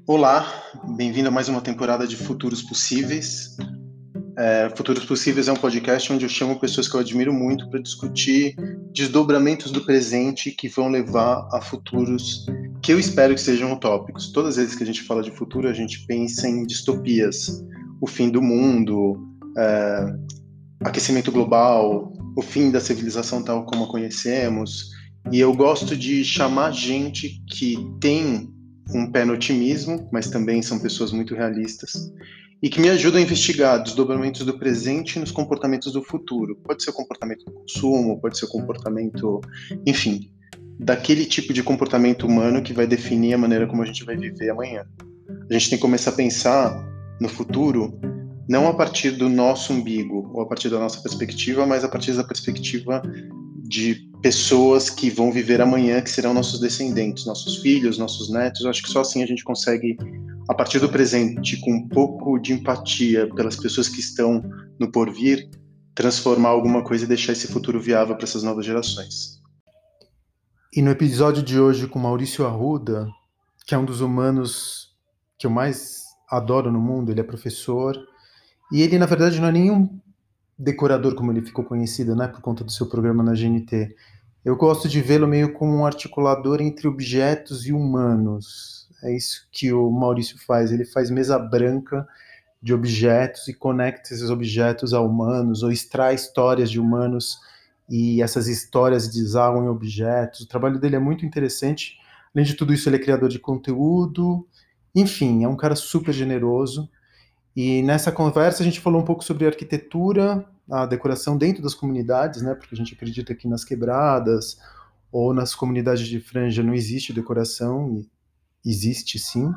Olá, bem-vindo a mais uma temporada de Futuros Possíveis. Futuros Possíveis é um podcast onde eu chamo pessoas que eu admiro muito para discutir desdobramentos do presente que vão levar a futuros que eu espero que sejam utópicos. Todas as vezes que a gente fala de futuro, a gente pensa em distopias, o fim do mundo, aquecimento global, o fim da civilização tal como a conhecemos. E eu gosto de chamar gente que tem um pé no otimismo, mas também são pessoas muito realistas, e que me ajudam a investigar desdobramentos do presente nos comportamentos do futuro. Pode ser o comportamento do consumo, pode ser o comportamento, enfim, daquele tipo de comportamento humano que vai definir a maneira como a gente vai viver amanhã. A gente tem que começar a pensar no futuro não a partir do nosso umbigo ou a partir da nossa perspectiva, mas a partir da perspectiva de pessoas que vão viver amanhã, que serão nossos descendentes, nossos filhos, nossos netos. Eu acho que só assim a gente consegue, a partir do presente, com um pouco de empatia pelas pessoas que estão no porvir, transformar alguma coisa e deixar esse futuro viável para essas novas gerações. E no episódio de hoje com Maurício Arruda, que é um dos humanos que eu mais adoro no mundo, ele é professor, e ele na verdade não é nenhum decorador como ele ficou conhecido, né, por conta do seu programa na GNT. Eu gosto de vê-lo meio como um articulador entre objetos e humanos. É isso que o Maurício faz, ele faz mesa branca de objetos e conecta esses objetos a humanos, ou extrai histórias de humanos e essas histórias desagam em objetos. O trabalho dele é muito interessante. Além de tudo isso, ele é criador de conteúdo. Enfim, é um cara super generoso. E nessa conversa a gente falou um pouco sobre arquitetura, a decoração dentro das comunidades, né? Porque a gente acredita que nas quebradas ou nas comunidades de franja não existe decoração, e existe sim.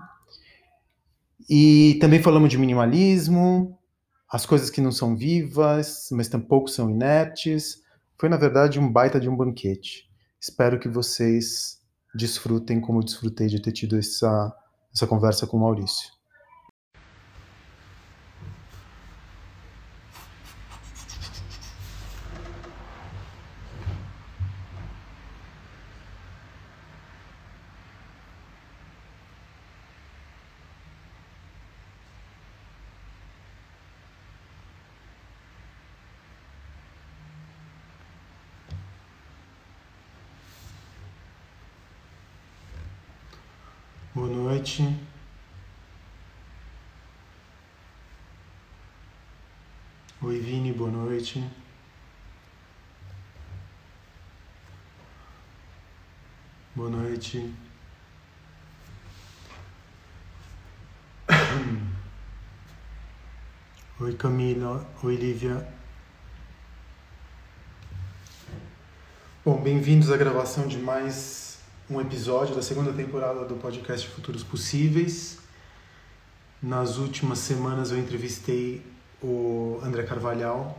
E também falamos de minimalismo, as coisas que não são vivas, mas tampouco são inertes. Foi, na verdade, um baita de um banquete. Espero que vocês desfrutem como eu desfrutei de ter tido essa conversa com o Maurício. Boa noite. Oi, Vini, boa noite. Boa noite. Oi, Camila. Oi, Lívia. Bom, bem-vindos à gravação de mais um episódio da segunda temporada do podcast Futuros Possíveis. Nas últimas semanas eu entrevistei o André Carvalhal.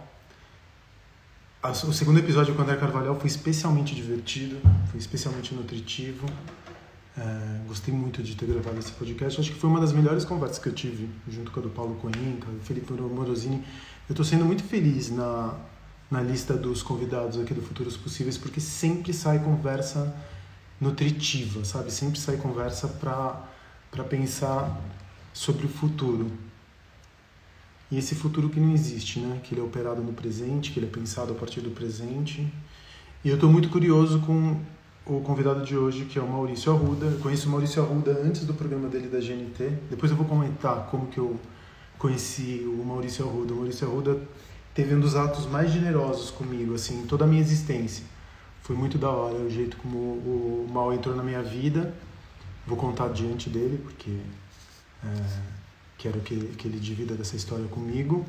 O segundo episódio com o André Carvalhal foi especialmente divertido, foi especialmente nutritivo. Gostei muito de ter gravado esse podcast. Acho que foi uma das melhores conversas que eu tive, junto com a do Paulo Coenca, do Felipe Morosini. Eu estou sendo muito feliz na lista dos convidados aqui do Futuros Possíveis, porque sempre sai conversa nutritiva, sabe? Sempre sai conversa para pensar sobre o futuro. E esse futuro que não existe, né? Que ele é operado no presente, que ele é pensado a partir do presente. E eu estou muito curioso com o convidado de hoje, que é o Maurício Arruda. Eu conheço o Maurício Arruda antes do programa dele da GNT. Depois eu vou comentar como que eu conheci o Maurício Arruda. O Maurício Arruda teve um dos atos mais generosos comigo, assim, em toda a minha existência. Foi muito da hora o jeito como o Mal entrou na minha vida. Vou contar diante dele, porque quero que ele divida dessa história comigo.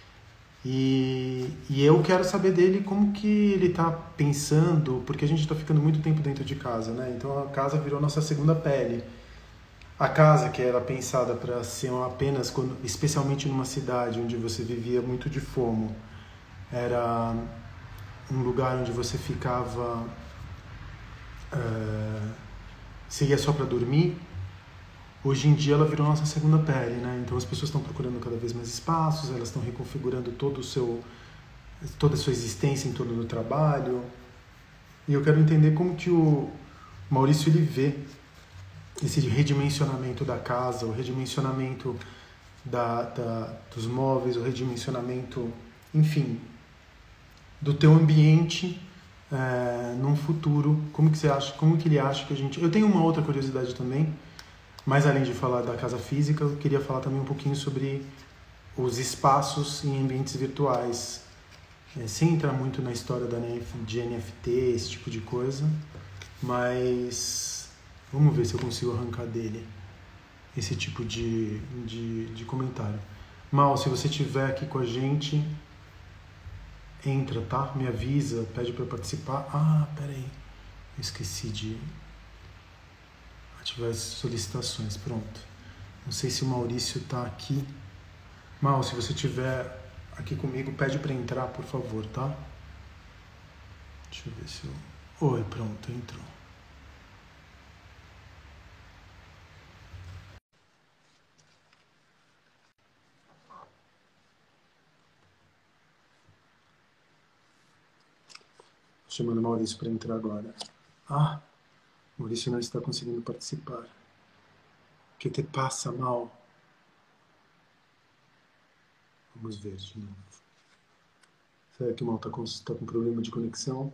E eu quero saber dele como que ele está pensando, porque a gente está ficando muito tempo dentro de casa, né? Então a casa virou nossa segunda pele. A casa que era pensada para ser apenas, especialmente numa cidade onde você vivia muito de fomo, era um lugar onde você ficava, você ia só para dormir. Hoje em dia ela virou nossa segunda pele, né? Então as pessoas estão procurando cada vez mais espaços, elas estão reconfigurando toda a sua existência em torno do trabalho. E eu quero entender como que o Maurício ele vê esse redimensionamento da casa, o redimensionamento dos móveis, o redimensionamento, enfim, do teu ambiente num futuro. Como que você acha? Como que ele acha que a gente... Eu tenho uma outra curiosidade também, mas além de falar da casa física, eu queria falar também um pouquinho sobre os espaços em ambientes virtuais, sem entrar muito na história de NFT, esse tipo de coisa, mas vamos ver se eu consigo arrancar dele esse tipo de comentário. Mal, se você estiver aqui com a gente, entra, tá? Me avisa, pede para participar. Ah, peraí, eu esqueci de ativar as solicitações, pronto. Não sei se o Maurício tá aqui. Mal, se você estiver aqui comigo, pede para entrar, por favor, tá? Deixa eu ver se eu... Oi, pronto, entrou. Chamando o Maurício para entrar agora. Ah, Maurício não está conseguindo participar. O que te passa, Mal? Vamos ver de novo. Será que o Mal está com problema de conexão?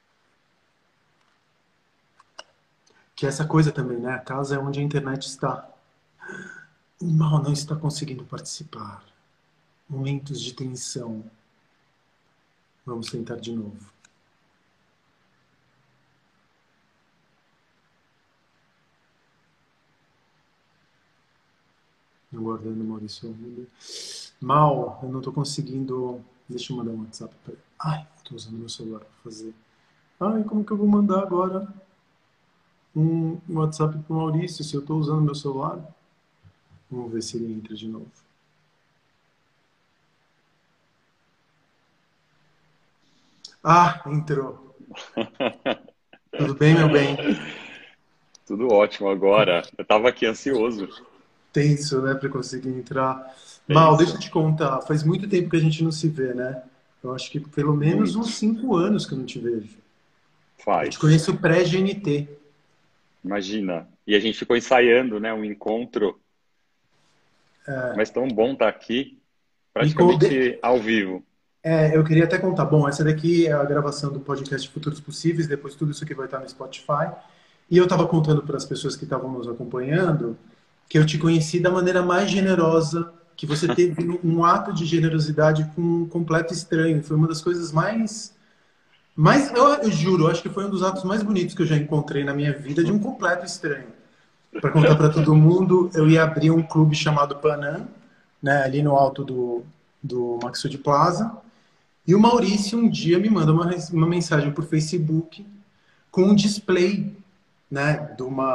Que é essa coisa também, né? A casa é onde a internet está. O Mal não está conseguindo participar. Momentos de tensão. Vamos tentar de novo. Aguardando o Maurício. Mal, eu não estou conseguindo... Deixa eu mandar um WhatsApp para ele. Ai, estou usando meu celular para fazer. Ai, como que eu vou mandar agora um WhatsApp para o Maurício se eu estou usando meu celular? Vamos ver se ele entra de novo. Ah, entrou. Tudo bem, meu bem? Tudo ótimo agora. Eu estava aqui ansioso. Tenso, né, para conseguir entrar. Mal, deixa eu Pensa. te contar. Faz muito tempo que a gente não se vê, né? Eu acho que pelo menos Muito. uns 5 anos que eu não te vejo. Eu te Faz. conheço pré-GNT. Imagina. E a gente ficou ensaiando, né, um encontro, mas tão bom estar aqui, Me conde... praticamente ao vivo. eu queria até contar. Bom, essa daqui é a gravação do podcast Futuros Possíveis. Depois tudo isso aqui vai estar no Spotify. E eu estava contando para as pessoas que estavam nos acompanhando que eu te conheci da maneira mais generosa, que você teve um ato de generosidade com um completo estranho. Foi uma das coisas eu juro, acho que foi um dos atos mais bonitos que eu já encontrei na minha vida de um completo estranho. Para contar para todo mundo, eu ia abrir um clube chamado Panam, né, ali no alto do Maxud Plaza. E o Maurício um dia me manda uma mensagem por Facebook com um display, né,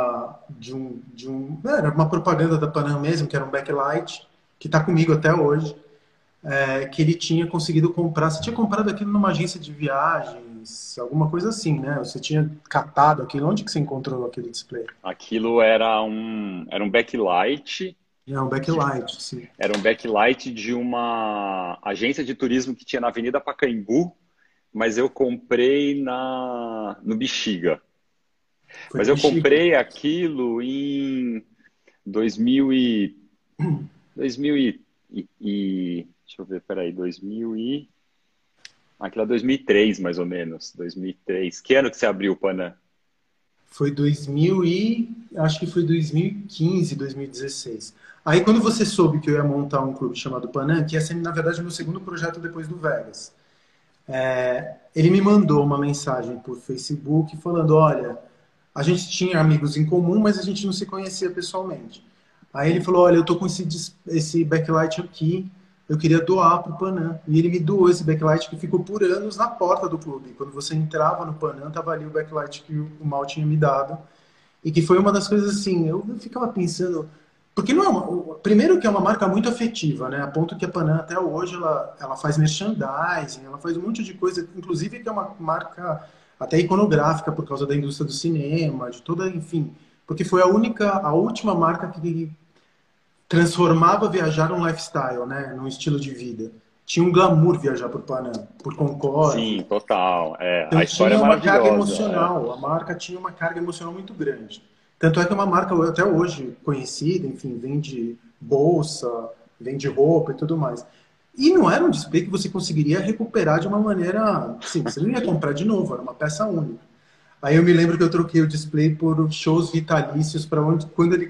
era uma propaganda da Panam mesmo, que era um backlight, que está comigo até hoje, que ele tinha conseguido comprar. Você tinha comprado aquilo numa agência de viagens, alguma coisa assim, né? Você tinha catado aquilo. Onde que você encontrou aquele display? Aquilo era um backlight, É um backlight, sim. era um backlight de uma agência de turismo que tinha na Avenida Pacaembu, mas eu comprei no Bexiga. Foi Mas no eu Bexiga. comprei aquilo em 2000 deixa eu ver, peraí, aquilo é 2003, mais ou menos, 2003. Que ano que você abriu o Panam? Foi acho que foi 2015, 2016. Aí quando você soube que eu ia montar um clube chamado Panam, que ia ser, na verdade, meu segundo projeto depois do Vegas, ele me mandou uma mensagem por Facebook falando, olha, a gente tinha amigos em comum, mas a gente não se conhecia pessoalmente. Aí ele falou, olha, eu tô com esse backlight aqui, eu queria doar pro Panam. E ele me doou esse backlight que ficou por anos na porta do clube. Quando você entrava no Panam, tava ali o backlight que o Mal tinha me dado. E que foi uma das coisas assim, eu ficava pensando, porque não é primeiro que é uma marca muito afetiva, né? A ponto que a Panam até hoje ela faz merchandising, ela faz um monte de coisa, inclusive que é uma marca até iconográfica por causa da indústria do cinema, de toda, enfim, porque foi a última marca que transformava viajar num lifestyle, né? Num estilo de vida. Tinha um glamour viajar por Panam, por Concorde. Sim, total. A Então história é tinha uma carga maravilhosa. emocional, a marca tinha uma carga emocional muito grande. Tanto é que é uma marca até hoje conhecida, enfim, vende bolsa, vende roupa e tudo mais. E não era um display que você conseguiria recuperar de uma maneira. Sim, você não ia comprar de novo, era uma peça única. Aí eu me lembro que eu troquei o display por shows vitalícios para onde,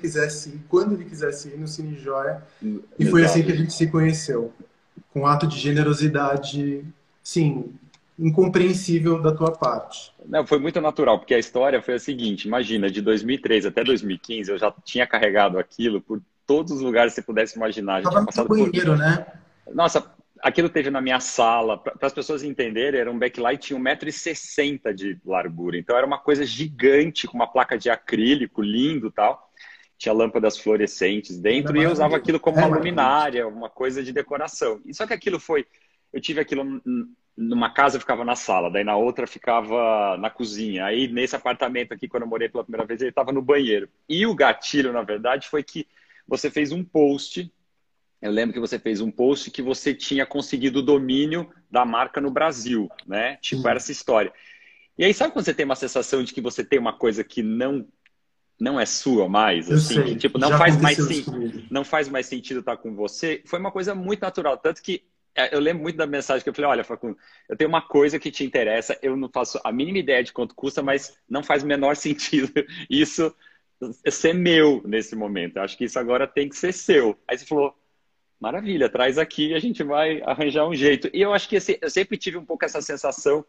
quando ele quisesse ir no Cine Joia. E foi assim que a Exato. gente se conheceu. Com um ato de generosidade, sim, incompreensível da tua parte. Não, foi muito natural, porque a história foi a seguinte: imagina, de 2003 até 2015, eu já tinha carregado aquilo por todos os lugares que você pudesse imaginar. Já Tava tinha no passado por. banheiro, né? Nossa, aquilo teve na minha sala. Para as pessoas entenderem, era um backlight, tinha 1,60 m de largura. Então era uma coisa gigante, com uma placa de acrílico, lindo e tal. Tinha lâmpadas fluorescentes Era dentro e eu usava maravilhoso. aquilo como É uma maravilhoso. luminária, uma coisa de decoração. E só que aquilo foi. Eu tive aquilo numa casa, ficava na sala, daí na outra ficava na cozinha. Aí nesse apartamento aqui, quando eu morei pela primeira vez, ele estava no banheiro. E o gatilho, na verdade, foi que você fez um post. Eu lembro que você fez um post que você tinha conseguido o domínio da marca no Brasil, né? Tipo, era Sim, essa história. E aí, sabe quando você tem uma sensação de que você tem uma coisa que não é sua mais, eu assim, que sei. tipo, Já aconteceu isso comigo. não faz mais sentido estar com você? Foi uma coisa muito natural, tanto que eu lembro muito da mensagem que eu falei, olha, Facundo, eu tenho uma coisa que te interessa, eu não faço a mínima ideia de quanto custa, mas não faz o menor sentido isso ser meu nesse momento. Eu acho que isso agora tem que ser seu. Aí você falou, maravilha, traz aqui e a gente vai arranjar um jeito. E eu acho que eu sempre tive um pouco essa sensação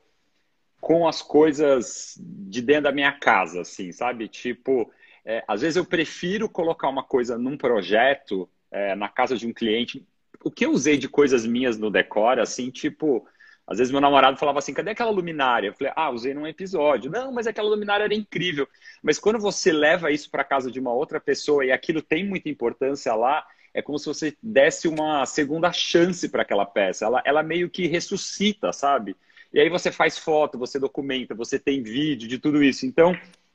com as coisas de dentro da minha casa, assim, sabe? Tipo, às vezes eu prefiro colocar uma coisa num projeto, na casa de um cliente. O que eu usei de coisas minhas no decor, assim, tipo, às vezes meu namorado falava assim, cadê aquela luminária? Eu falei, usei num episódio. Não, mas aquela luminária era incrível. Mas quando você leva isso para casa de uma outra pessoa e aquilo tem muita importância lá, é como se você desse uma segunda chance para aquela peça. Ela meio que ressuscita, sabe? E aí você faz foto, você documenta, você tem vídeo de tudo isso. Então,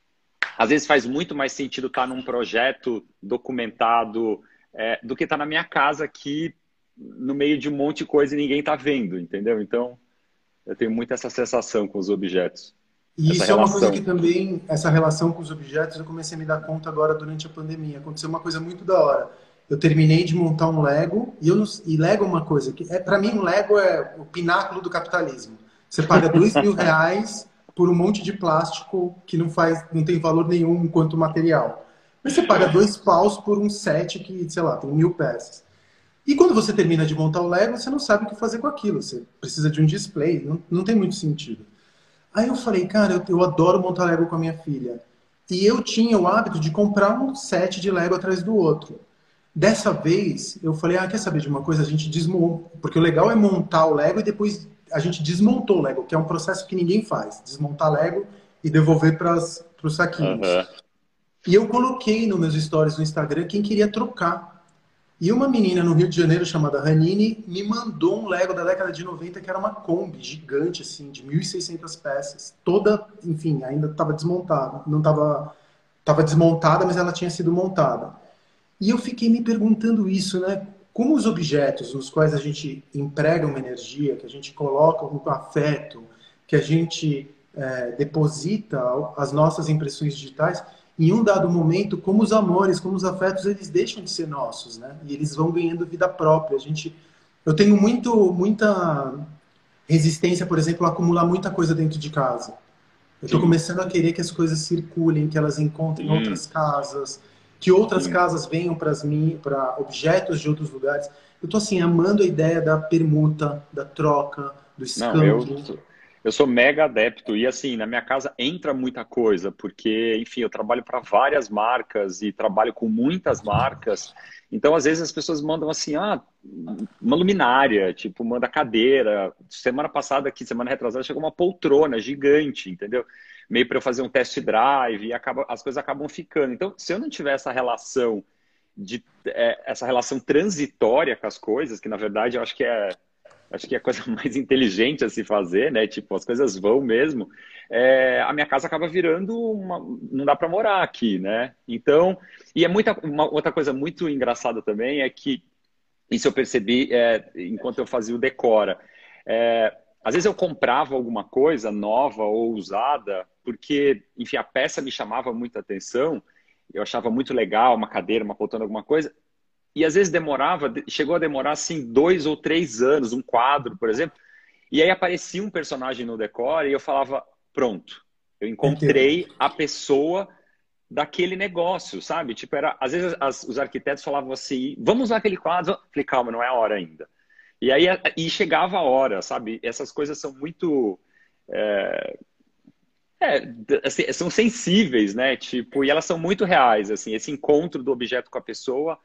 às vezes faz muito mais sentido estar num projeto documentado do que estar na minha casa aqui no meio de um monte de coisa e ninguém está vendo, entendeu? Então, eu tenho muito essa sensação com os objetos, E essa isso é uma coisa que relação. também, essa relação com os objetos, eu comecei a me dar conta agora durante a pandemia. Aconteceu uma coisa muito da hora. Eu terminei de montar um Lego, e, eu não, e Lego é uma coisa que, para mim, um Lego é o pináculo do capitalismo. Você paga R$ 2.000 por um monte de plástico que não tem valor nenhum enquanto material. Mas você paga 2 paus por um set que, sei lá, tem 1.000 peças. E quando você termina de montar o Lego, você não sabe o que fazer com aquilo. Você precisa de um display, não tem muito sentido. Aí eu falei, cara, eu adoro montar Lego com a minha filha. E eu tinha o hábito de comprar um set de Lego atrás do outro. Dessa vez, eu falei, quer saber de uma coisa? A gente desmonta. Porque o legal é montar o Lego e depois a gente desmontou o Lego, que é um processo que ninguém faz. Desmontar Lego e devolver para os saquinhos. Aham. E eu coloquei nos meus stories no Instagram quem queria trocar. E uma menina no Rio de Janeiro chamada Ranine me mandou um Lego da década de 90 que era uma Kombi gigante, assim, de 1.600 peças. Toda, enfim, ainda estava desmontada. Não estava desmontada, mas ela tinha sido montada. E eu fiquei me perguntando isso, né? Como os objetos nos quais a gente emprega uma energia, que a gente coloca um afeto, que a gente deposita as nossas impressões digitais, em um dado momento, como os amores, como os afetos, eles deixam de ser nossos, né? E eles vão ganhando vida própria. Eu tenho muita resistência, por exemplo, a acumular muita coisa dentro de casa. Eu estou Sim, começando a querer que as coisas circulem, que elas encontrem sim, outras casas, que outras sim. casas venham para objetos de outros lugares. Eu estou assim amando a ideia da permuta, da troca, do Não, escambo. eu sou mega adepto e assim, na minha casa entra muita coisa, porque, enfim, eu trabalho para várias marcas e trabalho com muitas marcas. Então, às vezes as pessoas mandam assim, uma luminária, tipo, manda cadeira. Semana passada aqui, semana retrasada, chegou uma poltrona gigante, entendeu? Meio para eu fazer um test drive e as coisas acabam ficando. Então, se eu não tiver essa relação essa relação transitória com as coisas, que na verdade eu acho que é a coisa mais inteligente a se fazer, né? Tipo, as coisas vão mesmo. A minha casa acaba virando não dá para morar aqui, né? Então, e uma outra coisa muito engraçada também é que isso eu percebi enquanto eu fazia o decora. Às vezes eu comprava alguma coisa nova ou usada porque, enfim, a peça me chamava muita atenção eu achava muito legal, uma cadeira, uma poltrona, alguma coisa. E às vezes chegou a demorar assim 2 ou 3 anos, um quadro, por exemplo. E aí aparecia um personagem no decor e eu falava, pronto, eu Entendeu? encontrei a pessoa daquele negócio, sabe? Tipo, às vezes os arquitetos falavam assim, vamos usar aquele quadro. Eu falei, calma, não é a hora ainda. E aí chegava a hora, sabe? Essas coisas são muito assim, são sensíveis, né? Tipo, e elas são muito reais, assim. Esse encontro do objeto com a pessoa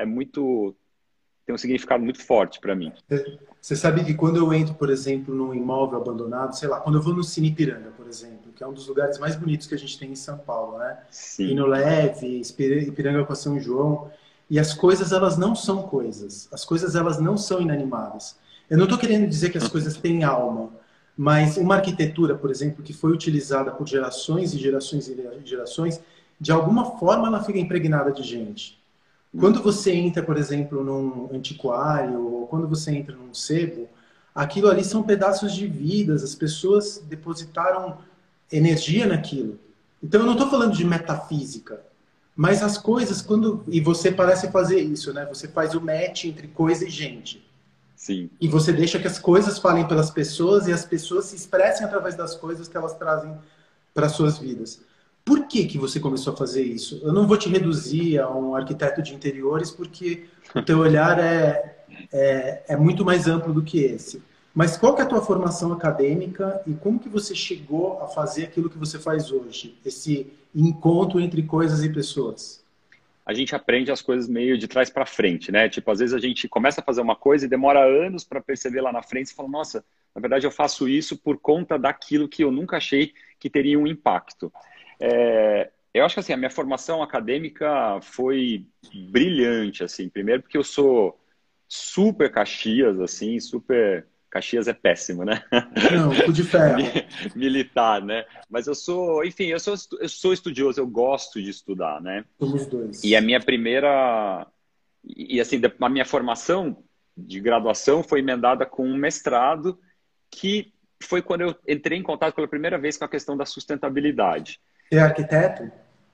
tem um significado muito forte para mim. Você sabe que quando eu entro, por exemplo, num imóvel abandonado, sei lá, quando eu vou no Cine Ipiranga, por exemplo, que é um dos lugares mais bonitos que a gente tem em São Paulo, né? Pino Sim. Leve, Ipiranga com São João, e as coisas, elas não são coisas. As coisas, elas não são inanimadas. Eu não estou querendo dizer que as coisas têm alma, mas uma arquitetura, por exemplo, que foi utilizada por gerações e gerações e gerações, de alguma forma ela fica impregnada de gente. Quando você entra, por exemplo, num antiquário, ou quando você entra num sebo, aquilo ali são pedaços de vidas, as pessoas depositaram energia naquilo. Então eu não estou falando de metafísica, mas as coisas, e você parece fazer isso, né? Você faz o match entre coisa e gente. Sim. E você deixa que as coisas falem pelas pessoas e as pessoas se expressem através das coisas que elas trazem para suas vidas. Por que que você começou a fazer isso? Eu não vou te reduzir a um arquiteto de interiores, porque o teu olhar é muito mais amplo do que esse. Mas qual que é a tua formação acadêmica e como que você chegou a fazer aquilo que você faz hoje? Esse encontro entre coisas e pessoas. A gente aprende as coisas meio de trás para frente, né? Tipo, às vezes a gente começa a fazer uma coisa e demora anos para perceber lá na frente e fala, nossa, na verdade eu faço isso por conta daquilo que eu nunca achei que teria um impacto. Eu acho que assim, a minha formação acadêmica foi brilhante, assim, primeiro porque eu sou super Caxias, assim, super... Caxias é péssimo, né? Não, cu de ferro. Militar, né? Mas eu sou, enfim, eu sou estudioso, eu gosto de estudar, né? Somos E a dois. minha primeira... E assim, a minha formação de graduação foi emendada com um mestrado que foi quando eu entrei em contato pela primeira vez com a questão da sustentabilidade. Você é arquiteto?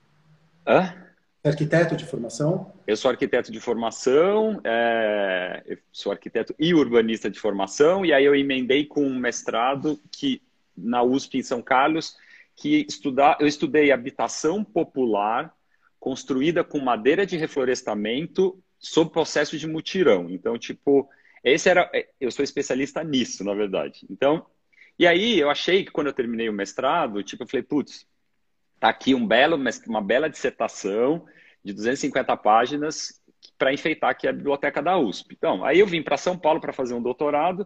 Hã? É arquiteto de formação? Eu sou arquiteto de formação, eu sou arquiteto e urbanista de formação, e aí eu emendei com um mestrado na USP em São Carlos, eu estudei habitação popular construída com madeira de reflorestamento sob processo de mutirão. Então, tipo, eu sou especialista nisso, na verdade. Então, e aí eu achei que quando eu terminei o mestrado, tipo, eu falei, putz, tá aqui uma bela dissertação de 250 páginas para enfeitar aqui a biblioteca da USP. Então, aí eu vim para São Paulo para fazer um doutorado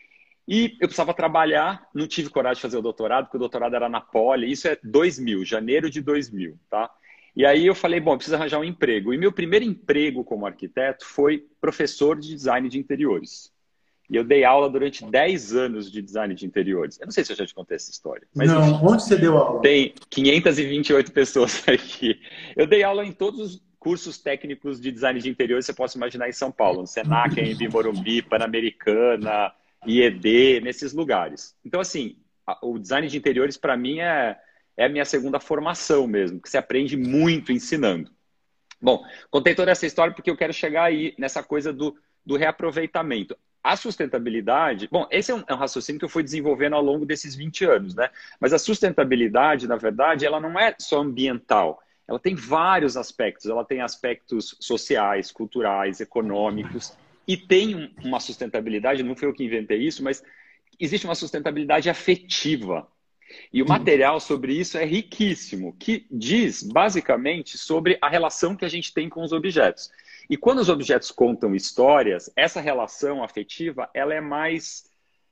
e eu precisava trabalhar, não tive coragem de fazer o doutorado, porque o doutorado era na Poli, isso é 2000, janeiro de 2000, tá? E aí eu falei, bom, eu preciso arranjar um emprego. E meu primeiro emprego como arquiteto foi professor de design de interiores. E eu dei aula durante 10 anos de design de interiores. Eu não sei se eu já te contei essa história, mas Não. enfim. Onde você deu aula? Tem 528 pessoas aqui. Eu dei aula em todos os cursos técnicos de design de interiores que você possa imaginar em São Paulo. No Senac, Anhembi Morumbi, Pan-Americana, IED, nesses lugares. Então, assim, o design de interiores, para mim, é a minha segunda formação mesmo, porque você aprende muito ensinando. Bom, contei toda essa história porque eu quero chegar aí nessa coisa do reaproveitamento. A sustentabilidade, bom, esse é um raciocínio que eu fui desenvolvendo ao longo desses 20 anos, né? Mas a sustentabilidade, na verdade, ela não é só ambiental. Ela tem vários aspectos. Ela tem aspectos sociais, culturais, econômicos. E tem uma sustentabilidade, não foi eu que inventei isso, mas existe uma sustentabilidade afetiva. E o Sim. material sobre isso é riquíssimo, que diz basicamente sobre a relação que a gente tem com os objetos. E quando os objetos contam histórias, essa relação afetiva ela é mais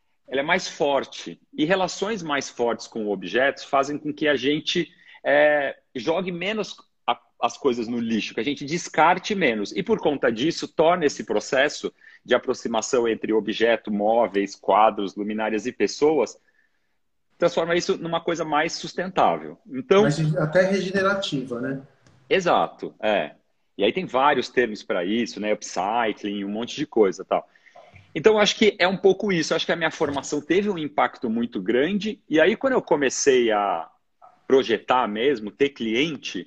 forte. E relações mais fortes com objetos fazem com que a gente jogue menos as coisas no lixo, que a gente descarte menos. E por conta disso, torna esse processo de aproximação entre objeto, móveis, quadros, luminárias e pessoas transforma isso numa coisa mais sustentável. Então, Mas até regenerativa, né? exato, E aí tem vários termos para isso, né? Upcycling, um monte de coisa, tal. Então, eu acho que é um pouco isso. Eu acho que a minha formação teve um impacto muito grande. E aí, quando eu comecei a projetar mesmo, ter cliente,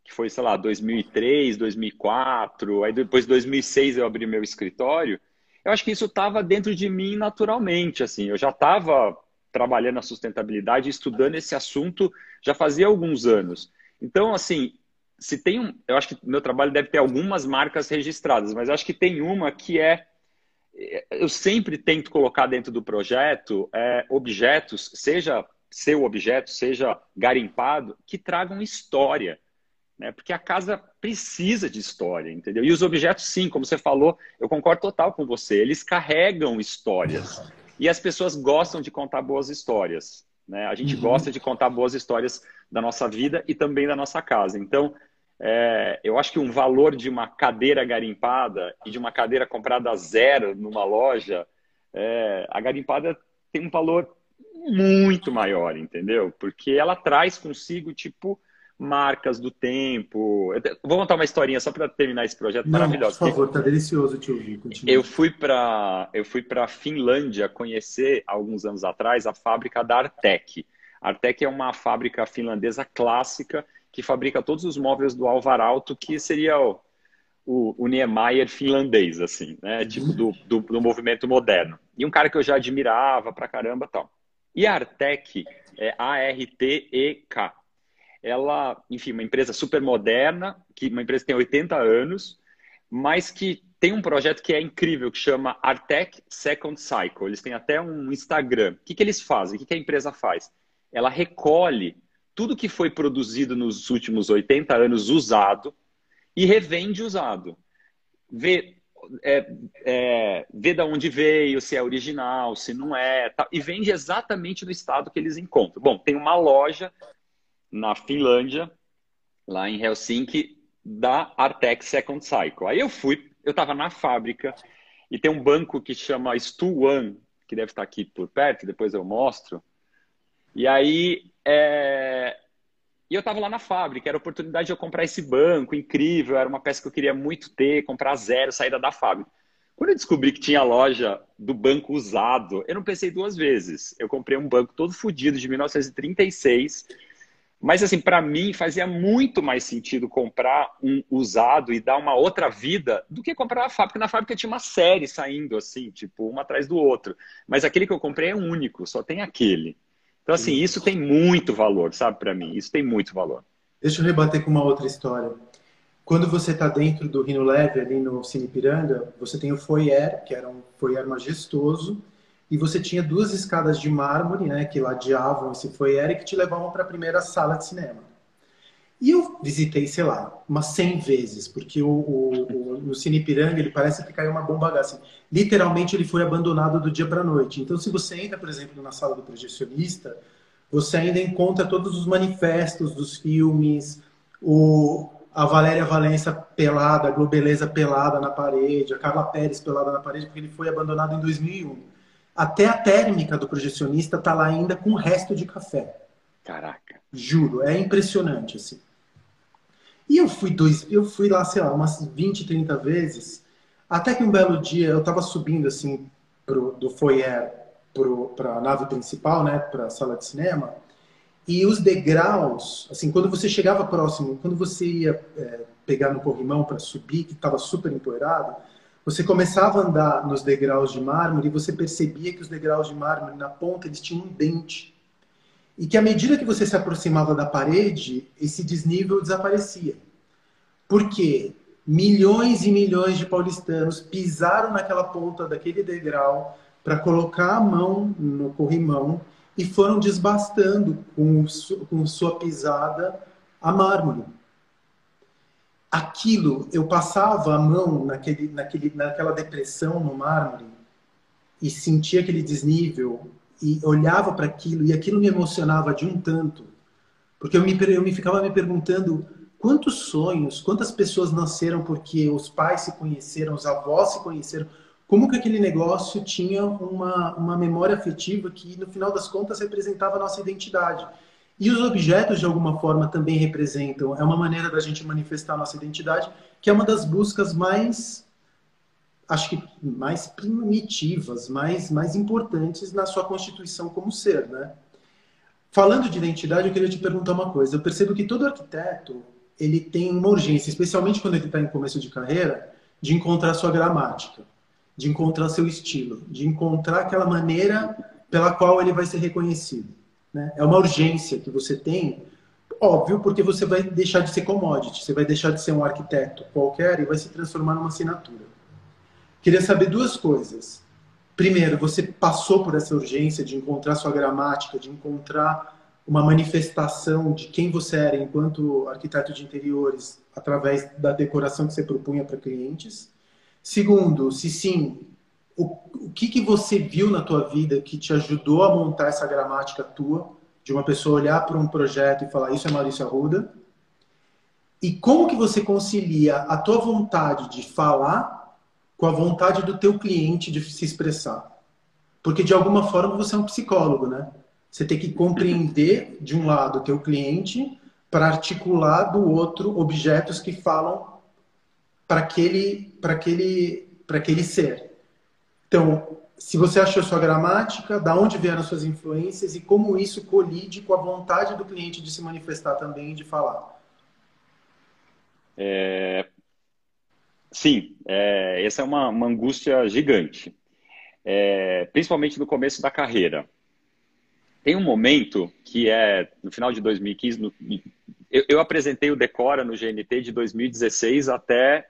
que foi, sei lá, 2003, 2004, aí depois 2006 eu abri meu escritório, eu acho que isso estava dentro de mim naturalmente, assim, eu já estava trabalhando na sustentabilidade, estudando esse assunto já fazia alguns anos. Então, assim, se tem eu acho que meu trabalho deve ter algumas marcas registradas, mas eu acho que tem uma que eu sempre tento colocar dentro do projeto objetos, seja seu objeto, seja garimpado, que tragam história, né? Porque a casa precisa de história, entendeu? E os objetos, sim, como você falou, eu concordo total com você, eles carregam histórias. E as pessoas gostam de contar boas histórias, né? A gente gosta de contar boas histórias da nossa vida e também da nossa casa. Então, eu acho que um valor de uma cadeira garimpada e de uma cadeira comprada zero numa loja, a garimpada tem um valor muito maior, entendeu? Porque ela traz consigo, tipo, marcas do tempo. Vou contar uma historinha só para terminar esse projeto Não, por maravilhoso. favor, tá delicioso te ouvir. Continua. Eu fui para Finlândia conhecer, alguns anos atrás, a fábrica da Artek. A Artek é uma fábrica finlandesa clássica que fabrica todos os móveis do Alvar Aalto, que seria o Niemeyer finlandês, assim, né? Tipo, do movimento moderno. E um cara que eu já admirava pra caramba e tal. E a Artek, Artek, ela, enfim, uma empresa super moderna, uma empresa que tem 80 anos, mas que tem um projeto que é incrível, que chama Artek Second Cycle. Eles têm até um Instagram. O que eles fazem? O que a empresa faz? Ela recolhe tudo que foi produzido nos últimos 80 anos usado e revende usado. Vê de onde veio, se é original, se não é, tá, e vende exatamente no estado que eles encontram. Bom, tem uma loja na Finlândia, lá em Helsinki, da Artek Second Cycle. Aí eu estava na fábrica e tem um banco que chama Stu One, que deve estar aqui por perto, depois eu mostro. E aí, e eu estava lá na fábrica, era a oportunidade de eu comprar esse banco, incrível, era uma peça que eu queria muito ter, comprar zero, saída da fábrica. Quando eu descobri que tinha a loja do banco usado, eu não pensei duas vezes. Eu comprei um banco todo fodido de 1936, mas assim, para mim fazia muito mais sentido comprar um usado e dar uma outra vida do que comprar a fábrica. Na fábrica tinha uma série saindo assim, tipo, uma atrás do outro. Mas aquele que eu comprei é único, só tem aquele. Então, assim, isso tem muito valor, sabe, para mim. Isso tem muito valor. Deixa eu rebater com uma outra história. Quando você está dentro do Rino Leve, ali no Cine Ipiranga, você tem o foyer, que era um foyer majestoso, e você tinha duas escadas de mármore, né, que ladeavam esse foyer e que te levavam para a primeira sala de cinema. E eu visitei, sei lá, umas 100 vezes, porque o Cine Ipiranga, ele parece que caiu uma bomba H. Assim. Literalmente, ele foi abandonado do dia para a noite. Então, se você entra, por exemplo, na sala do projecionista, você ainda encontra todos os manifestos dos filmes, a Valéria Valença pelada, a Globeleza pelada na parede, a Carla Pérez pelada na parede, porque ele foi abandonado em 2001. Até a térmica do projecionista está lá ainda com o resto de café. Caraca. Juro, é impressionante, assim. E eu fui lá, sei lá, umas 20, 30 vezes, até que um belo dia eu estava subindo, assim, do foyer para a nave principal, né, para a sala de cinema, e os degraus, assim, quando você chegava próximo, quando você ia pegar no corrimão para subir, que estava super empoeirado, você começava a andar nos degraus de mármore e você percebia que os degraus de mármore, na ponta, eles tinham um dente. E que à medida que você se aproximava da parede, esse desnível desaparecia. Porque milhões e milhões de paulistanos pisaram naquela ponta daquele degrau para colocar a mão no corrimão e foram desbastando com sua pisada a mármore. Aquilo, eu passava a mão naquela depressão no mármore e sentia aquele desnível e olhava para aquilo, e aquilo me emocionava de um tanto, porque eu me ficava me perguntando quantos sonhos, quantas pessoas nasceram porque os pais se conheceram, os avós se conheceram, como que aquele negócio tinha uma memória afetiva que, no final das contas, representava a nossa identidade. E os objetos, de alguma forma, também representam, é uma maneira da gente manifestar a nossa identidade, que é uma das buscas mais, acho que mais primitivas, mais importantes na sua constituição como ser, né? Falando de identidade, eu queria te perguntar uma coisa. Eu percebo que todo arquiteto, ele tem uma urgência, especialmente quando ele está em começo de carreira, de encontrar sua gramática, de encontrar seu estilo, de encontrar aquela maneira pela qual ele vai ser reconhecido, né? É uma urgência que você tem, óbvio, porque você vai deixar de ser commodity, você vai deixar de ser um arquiteto qualquer e vai se transformar numa assinatura. Queria saber duas coisas. Primeiro, você passou por essa urgência de encontrar sua gramática, de encontrar uma manifestação de quem você era enquanto arquiteto de interiores através da decoração que você propunha para clientes. Segundo, se sim, o que você viu na tua vida que te ajudou a montar essa gramática tua, de uma pessoa olhar para um projeto e falar, isso é Maurício Arruda? E como que você concilia a tua vontade de falar com a vontade do teu cliente de se expressar? Porque, de alguma forma, você é um psicólogo, né? Você tem que compreender, de um lado, o teu cliente para articular do outro objetos que falam para aquele ser. Então, se você achou sua gramática, da onde vieram suas influências e como isso colide com a vontade do cliente de se manifestar também e de falar. Sim, essa é uma angústia gigante, principalmente no começo da carreira. Tem um momento que é no final de 2015, eu apresentei o Decora no GNT de 2016 até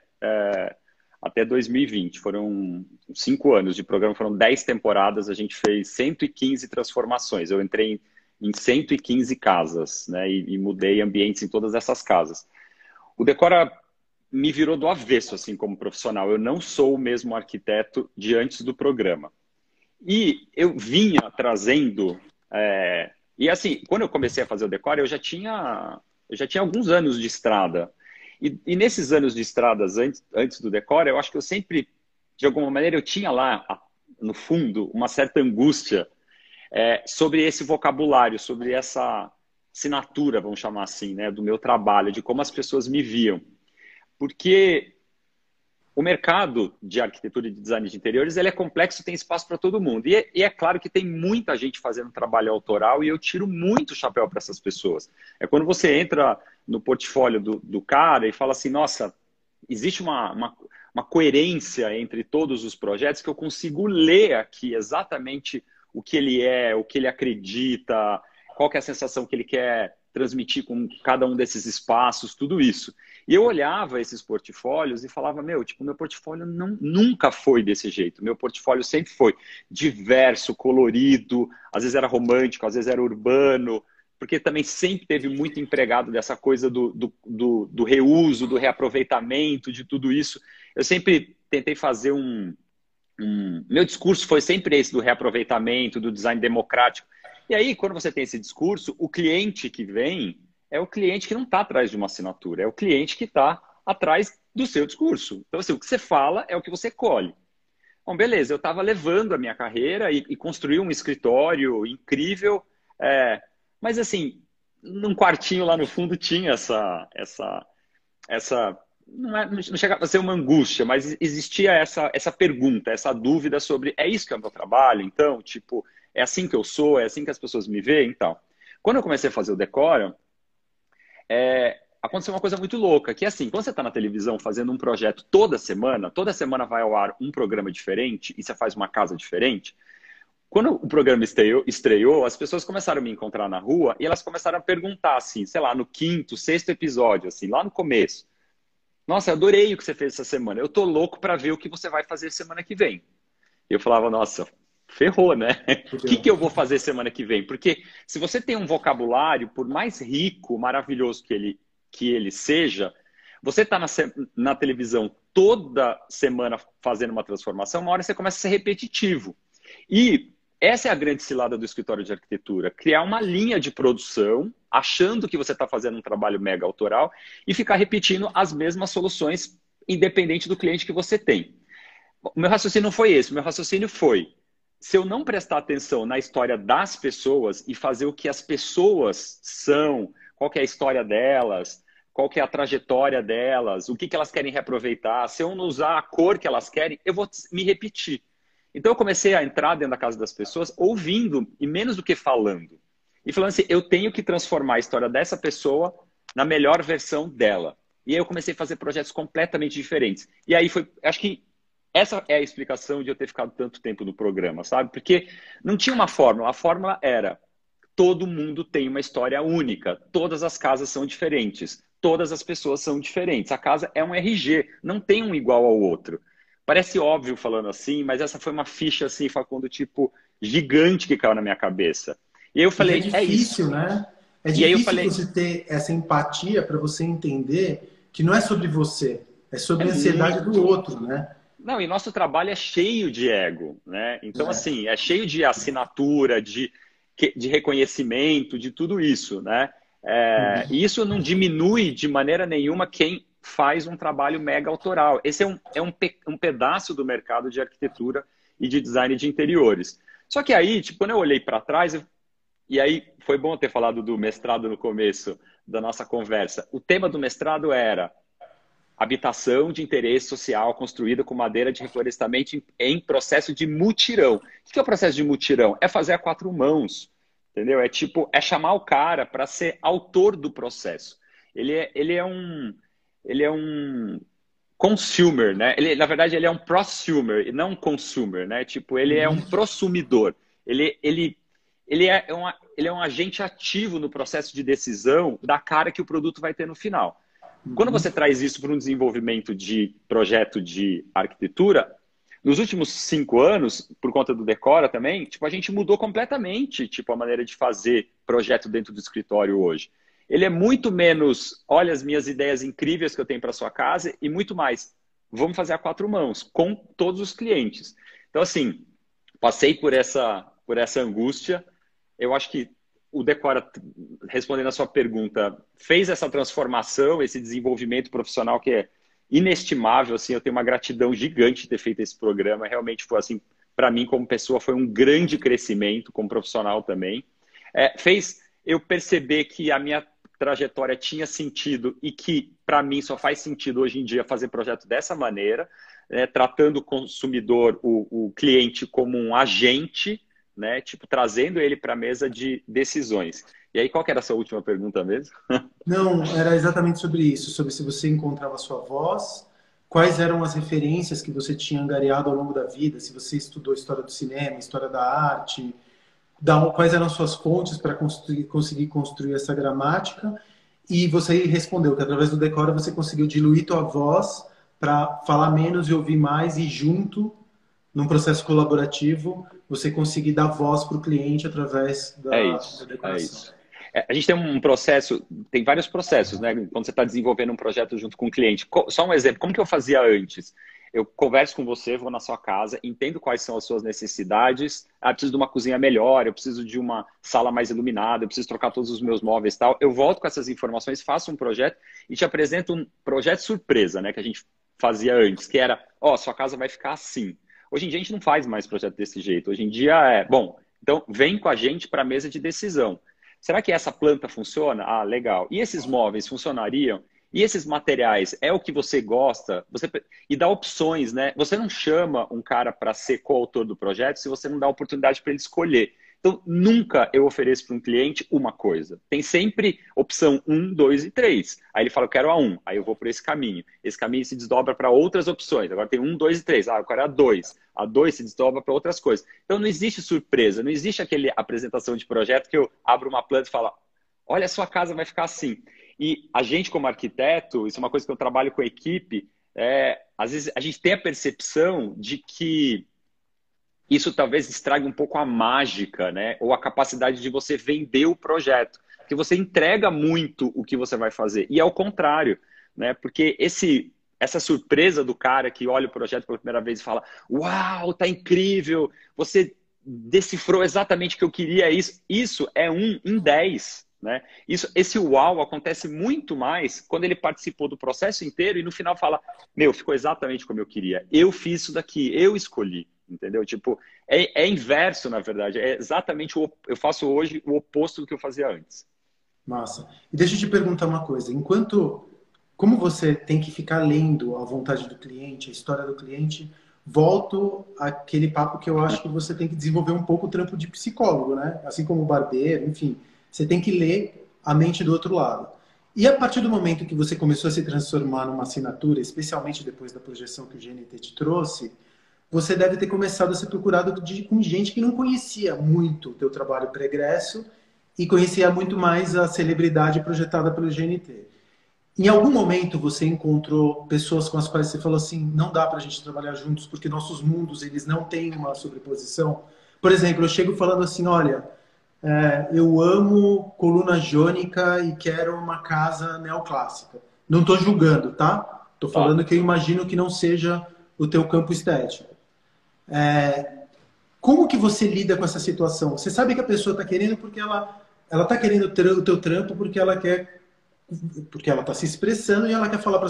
2020. Foram 5 anos de programa, foram 10 temporadas, a gente fez 115 transformações. Eu entrei em 115 casas, né, e mudei ambientes em todas essas casas. O Decora me virou do avesso, assim, como profissional. Eu não sou o mesmo arquiteto de antes do programa. E eu vinha trazendo... E assim, quando eu comecei a fazer o Decora, eu já tinha alguns anos de estrada. E nesses anos de estradas antes do Decora, eu acho que eu sempre, de alguma maneira, eu tinha lá, no fundo, uma certa angústia sobre esse vocabulário, sobre essa assinatura, vamos chamar assim, né, do meu trabalho, de como as pessoas me viam. Porque o mercado de arquitetura e de design de interiores ele é complexo e tem espaço para todo mundo. E é claro que tem muita gente fazendo trabalho autoral e eu tiro muito chapéu para essas pessoas. É quando você entra no portfólio do cara e fala assim, nossa, existe uma coerência entre todos os projetos que eu consigo ler aqui exatamente o que ele é, o que ele acredita, qual que é a sensação que ele quer transmitir com cada um desses espaços, tudo isso. E eu olhava esses portfólios e falava, meu portfólio nunca foi desse jeito. Meu portfólio sempre foi diverso, colorido, às vezes era romântico, às vezes era urbano, porque também sempre teve muito empregado dessa coisa do reuso, do reaproveitamento, de tudo isso. Eu sempre tentei fazer meu discurso foi sempre esse do reaproveitamento, do design democrático. E aí, quando você tem esse discurso, o cliente que vem é o cliente que não está atrás de uma assinatura, é o cliente que está atrás do seu discurso. Então, assim, o que você fala é o que você colhe. Bom, beleza, eu estava levando a minha carreira e construí um escritório incrível, mas assim, num quartinho lá no fundo tinha essa não chegava a ser uma angústia, mas existia essa pergunta, essa dúvida sobre, é isso que é o meu trabalho? Então, tipo, é assim que eu sou? É assim que as pessoas me veem? Então, quando eu comecei a fazer o Decora, aconteceu uma coisa muito louca, que é assim, quando você está na televisão fazendo um projeto toda semana vai ao ar um programa diferente e você faz uma casa diferente. Quando o programa estreou, as pessoas começaram a me encontrar na rua e elas começaram a perguntar, assim, sei lá, no 5º, 6º episódio, assim, lá no começo. Nossa, eu adorei o que você fez essa semana. Eu tô louco para ver o que você vai fazer semana que vem. Eu falava, nossa, ferrou, né? O que eu vou fazer semana que vem? Porque se você tem um vocabulário, por mais rico, maravilhoso que ele seja, você está na televisão toda semana fazendo uma transformação, uma hora você começa a ser repetitivo. E essa é a grande cilada do escritório de arquitetura, criar uma linha de produção, achando que você está fazendo um trabalho mega autoral e ficar repetindo as mesmas soluções, independente do cliente que você tem. O meu raciocínio não foi esse, o meu raciocínio foi, se eu não prestar atenção na história das pessoas e fazer o que as pessoas são, qual que é a história delas, qual que é a trajetória delas, o que elas querem reaproveitar, se eu não usar a cor que elas querem, eu vou me repetir. Então eu comecei a entrar dentro da casa das pessoas ouvindo e menos do que falando. E falando assim, eu tenho que transformar a história dessa pessoa na melhor versão dela. E aí eu comecei a fazer projetos completamente diferentes. E aí foi, acho que essa é a explicação de eu ter ficado tanto tempo no programa, sabe? Porque não tinha uma fórmula. A fórmula era: todo mundo tem uma história única. Todas as casas são diferentes. Todas as pessoas são diferentes. A casa é um RG, não tem um igual ao outro. Parece óbvio falando assim, mas essa foi uma ficha assim, Facundo, tipo, gigante que caiu na minha cabeça. E aí eu falei, é difícil, isso. né? É E aí eu difícil falei, você ter essa empatia para você entender que não é sobre você, é é sobre a ansiedade do muito. outro, né? Não, e nosso trabalho é cheio de ego, né? Então, É. assim, é cheio de assinatura, de reconhecimento, de tudo isso, né? E isso não diminui de maneira nenhuma quem faz um trabalho mega autoral. Esse é um pedaço do mercado de arquitetura e de design de interiores. Só que aí, tipo, quando eu olhei para trás, e aí foi bom ter falado do mestrado no começo da nossa conversa. O tema do mestrado era habitação de interesse social construída com madeira de reflorestamento em processo de mutirão. O que é o processo de mutirão? É fazer a quatro mãos, entendeu? É tipo, é chamar o cara para ser autor do processo. Ele é um consumer, né? Na verdade, ele é um prosumer e não um consumer, né? Tipo, ele é um prosumidor. Ele é um agente ativo no processo de decisão da cara que o produto vai ter no final. Quando você traz isso para um desenvolvimento de projeto de arquitetura, nos últimos 5 anos, por conta do Decora também, tipo, a gente mudou completamente, tipo, a maneira de fazer projeto dentro do escritório hoje. Ele é muito menos, olha as minhas ideias incríveis que eu tenho para sua casa, e muito mais, vamos fazer a quatro mãos, com todos os clientes. Então, assim, passei por essa angústia. Eu acho que o Decora, respondendo a sua pergunta, fez essa transformação, esse desenvolvimento profissional que é inestimável. Assim, eu tenho uma gratidão gigante de ter feito esse programa. Realmente foi assim, para mim como pessoa, foi um grande crescimento, como profissional também. Fez eu perceber que a minha trajetória tinha sentido e que, para mim, só faz sentido hoje em dia fazer projeto dessa maneira, tratando o consumidor, o cliente, como um agente, né? Tipo, trazendo ele para a mesa de decisões. E aí, qual que era a sua última pergunta mesmo? Não, era exatamente sobre isso, sobre se você encontrava a sua voz, quais eram as referências que você tinha angariado ao longo da vida, se você estudou história do cinema, história da arte, quais eram as suas fontes para conseguir construir essa gramática, e você respondeu que através do Decora você conseguiu diluir tua voz para falar menos e ouvir mais, e junto, num processo colaborativo, você conseguir dar voz para o cliente através da É decoração. isso. A gente tem um processo, tem vários processos, né? Quando você está desenvolvendo um projeto junto com o cliente. Só um exemplo, como que eu fazia antes? Eu converso com você, vou na sua casa, entendo quais são as suas necessidades. Eu preciso de uma cozinha melhor, eu preciso de uma sala mais iluminada, eu preciso trocar todos os meus móveis e tal. Eu volto com essas informações, faço um projeto e te apresento um projeto surpresa, né? Que a gente fazia antes, que era, sua casa vai ficar assim. Hoje em dia a gente não faz mais projeto desse jeito. Hoje em dia então vem com a gente para a mesa de decisão. Será que essa planta funciona? Ah, legal. E esses móveis funcionariam? E esses materiais, é o que você gosta? E dá opções, né? Você não chama um cara para ser coautor do projeto se você não dá oportunidade para ele escolher. Então, nunca eu ofereço para um cliente uma coisa. Tem sempre opção 1, 2 e 3. Aí ele fala, eu quero a 1. Aí eu vou por esse caminho. Esse caminho se desdobra para outras opções. Agora tem 1, 2 e 3. Ah, eu quero a 2. A 2 se desdobra para outras coisas. Então, não existe surpresa. Não existe aquele apresentação de projeto que eu abro uma planta e falo, olha, a sua casa vai ficar assim. E a gente, como arquiteto, isso é uma coisa que eu trabalho com a equipe, às vezes a gente tem a percepção de que isso talvez estrague um pouco a mágica, né? Ou a capacidade de você vender o projeto. Porque você entrega muito o que você vai fazer. E é o contrário, né? Porque essa surpresa do cara que olha o projeto pela primeira vez e fala, uau, tá incrível, você decifrou exatamente o que eu queria, isso é 1 em 10. Né? Esse uau acontece muito mais quando ele participou do processo inteiro e no final fala, ficou exatamente como eu queria. Eu fiz isso daqui, eu escolhi. Entendeu? Tipo, é inverso, na verdade. É exatamente eu faço hoje o oposto do que eu fazia antes. Massa. E deixa eu te perguntar uma coisa. Como você tem que ficar lendo a vontade do cliente, a história do cliente, volto àquele papo que eu acho que você tem que desenvolver um pouco o trampo de psicólogo, né? Assim como o barbeiro, enfim. Você tem que ler a mente do outro lado. E a partir do momento que você começou a se transformar numa assinatura, especialmente depois da projeção que o GNT te trouxe, você deve ter começado a ser procurado com gente que não conhecia muito o teu trabalho pregresso e conhecia muito mais a celebridade projetada pelo GNT. Em algum momento você encontrou pessoas com as quais você falou assim, não dá para a gente trabalhar juntos porque nossos mundos eles não têm uma sobreposição? Por exemplo, eu chego falando assim, olha, eu amo coluna jônica e quero uma casa neoclássica. Não estou julgando, tá? Estou Tá. falando que eu imagino que não seja o teu campo estético. Como que você lida com essa situação? Você sabe que a pessoa está querendo porque ela está querendo ter o teu trampo porque ela está se expressando e ela quer falar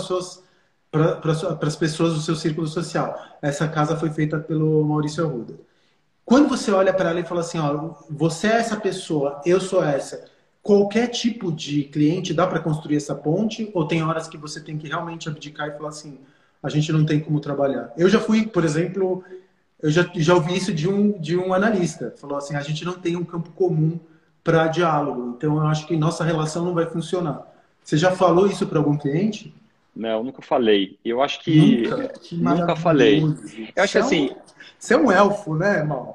para as pessoas do seu círculo social. Essa casa foi feita pelo Maurício Arruda. Quando você olha para ela e fala assim, ó, você é essa pessoa, eu sou essa. Qualquer tipo de cliente dá para construir essa ponte ou tem horas que você tem que realmente abdicar e falar assim, a gente não tem como trabalhar. Eu já fui, por exemplo, eu já ouvi isso de um analista. Falou assim, a gente não tem um campo comum para diálogo, então eu acho que nossa relação não vai funcionar. Você já falou isso para algum cliente? Não, nunca falei. Eu acho que Nunca. Que nunca falei. maravilhoso. Eu acho que assim, Você é um elfo, né, irmão?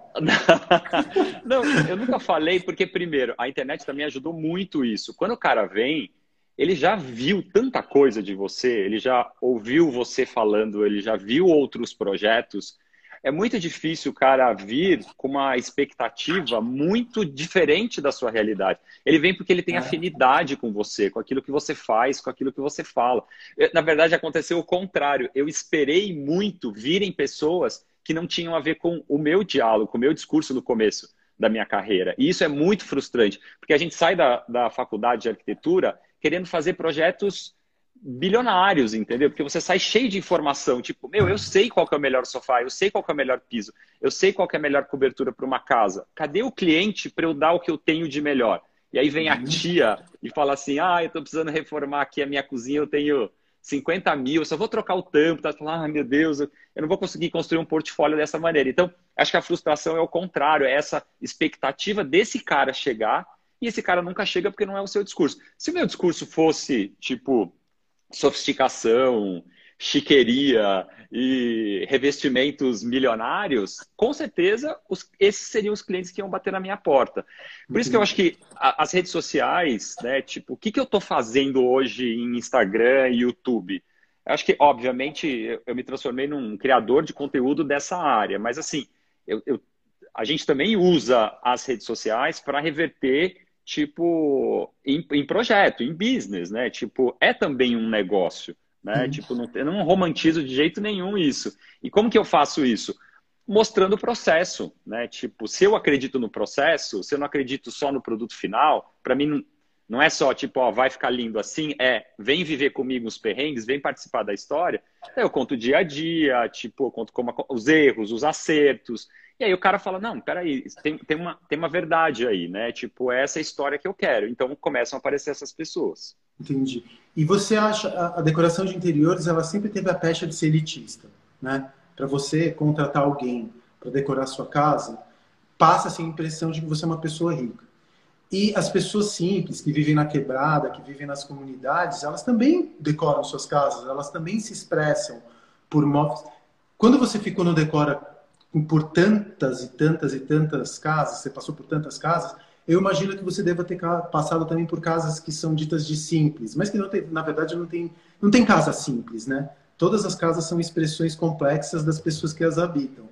não, eu nunca falei porque, primeiro, a internet também ajudou muito isso. Quando o cara vem, ele já viu tanta coisa de você, ele já ouviu você falando, ele já viu outros projetos. É muito difícil o cara vir com uma expectativa muito diferente da sua realidade. Ele vem porque ele tem afinidade com você, com aquilo que você faz, com aquilo que você fala. Na verdade, aconteceu o contrário. Eu esperei muito virem pessoas que não tinham a ver com o meu diálogo, com o meu discurso no começo da minha carreira. E isso é muito frustrante, porque a gente sai da faculdade de arquitetura querendo fazer projetos bilionários, entendeu? Porque você sai cheio de informação, tipo, meu, eu sei qual que é o melhor sofá, eu sei qual que é o melhor piso, eu sei qual que é a melhor cobertura para uma casa. Cadê o cliente para eu dar o que eu tenho de melhor? E aí vem a tia e fala assim, eu tô precisando reformar aqui a minha cozinha, eu tenho 50 mil, eu só vou trocar o tampo, tá? Fala, meu Deus, eu não vou conseguir construir um portfólio dessa maneira. Então, acho que a frustração é o contrário, é essa expectativa desse cara chegar e esse cara nunca chega porque não é o seu discurso. Se o meu discurso fosse, tipo, sofisticação, chiqueria e revestimentos milionários, com certeza esses seriam os clientes que iam bater na minha porta. Por isso que eu acho que as redes sociais, né, tipo, o que eu estou fazendo hoje em Instagram e YouTube? Eu acho que, obviamente, eu me transformei num criador de conteúdo dessa área, mas assim, a gente também usa as redes sociais para reverter tipo, em projeto, em business, né? Tipo, é também um negócio, né? Tipo, eu não romantizo de jeito nenhum isso. E como que eu faço isso? Mostrando o processo, né? Tipo, se eu acredito no processo, se eu não acredito só no produto final, para mim não é só, tipo, ó, vai ficar lindo assim, vem viver comigo os perrengues, vem participar da história. Eu conto o dia a dia, tipo, eu conto os erros, os acertos. E aí o cara fala, não, peraí, tem uma verdade aí, né? Tipo, é essa história que eu quero. Então começam a aparecer essas pessoas. Entendi. E você acha a decoração de interiores, ela sempre teve a pecha de ser elitista, né? Para você contratar alguém para decorar a sua casa, passa-se a impressão de que você é uma pessoa rica. E as pessoas simples, que vivem na quebrada, que vivem nas comunidades, elas também decoram suas casas, elas também se expressam por móveis. Quando você ficou no Decora por tantas e tantas e tantas casas, você passou por tantas casas, eu imagino que você deva ter passado também por casas que são ditas de simples, mas que não tem, na verdade não tem casa simples, né? Todas as casas são expressões complexas das pessoas que as habitam.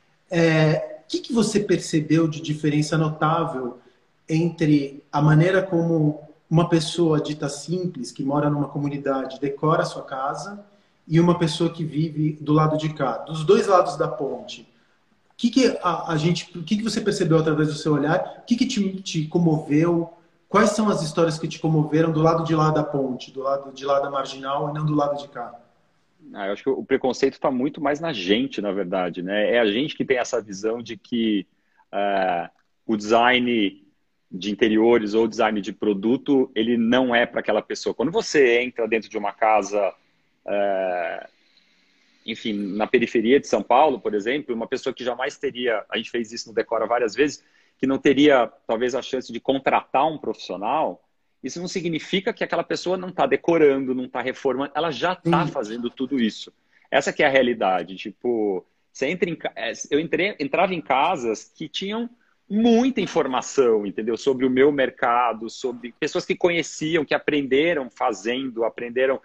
O que você percebeu de diferença notável entre a maneira como uma pessoa dita simples, que mora numa comunidade, decora a sua casa, e uma pessoa que vive do lado de cá, dos dois lados da ponte? O que você percebeu através do seu olhar? O que te comoveu? Quais são as histórias que te comoveram do lado de lá da ponte, do lado de lá da marginal e não do lado de cá? Eu acho que o preconceito está muito mais na gente, na verdade, né? É a gente que tem essa visão de que o design de interiores ou design de produto, ele não é para aquela pessoa. Quando você entra dentro de uma casa, enfim, na periferia de São Paulo, por exemplo, uma pessoa que jamais teria, a gente fez isso no Decora várias vezes, que não teria talvez a chance de contratar um profissional, isso não significa que aquela pessoa não está decorando, não está reformando, ela já está fazendo tudo isso. Essa que é a realidade. Tipo, você entra eu entrava em casas que tinham muita informação, entendeu? Sobre o meu mercado, sobre pessoas que conheciam, que aprenderam fazendo, aprenderam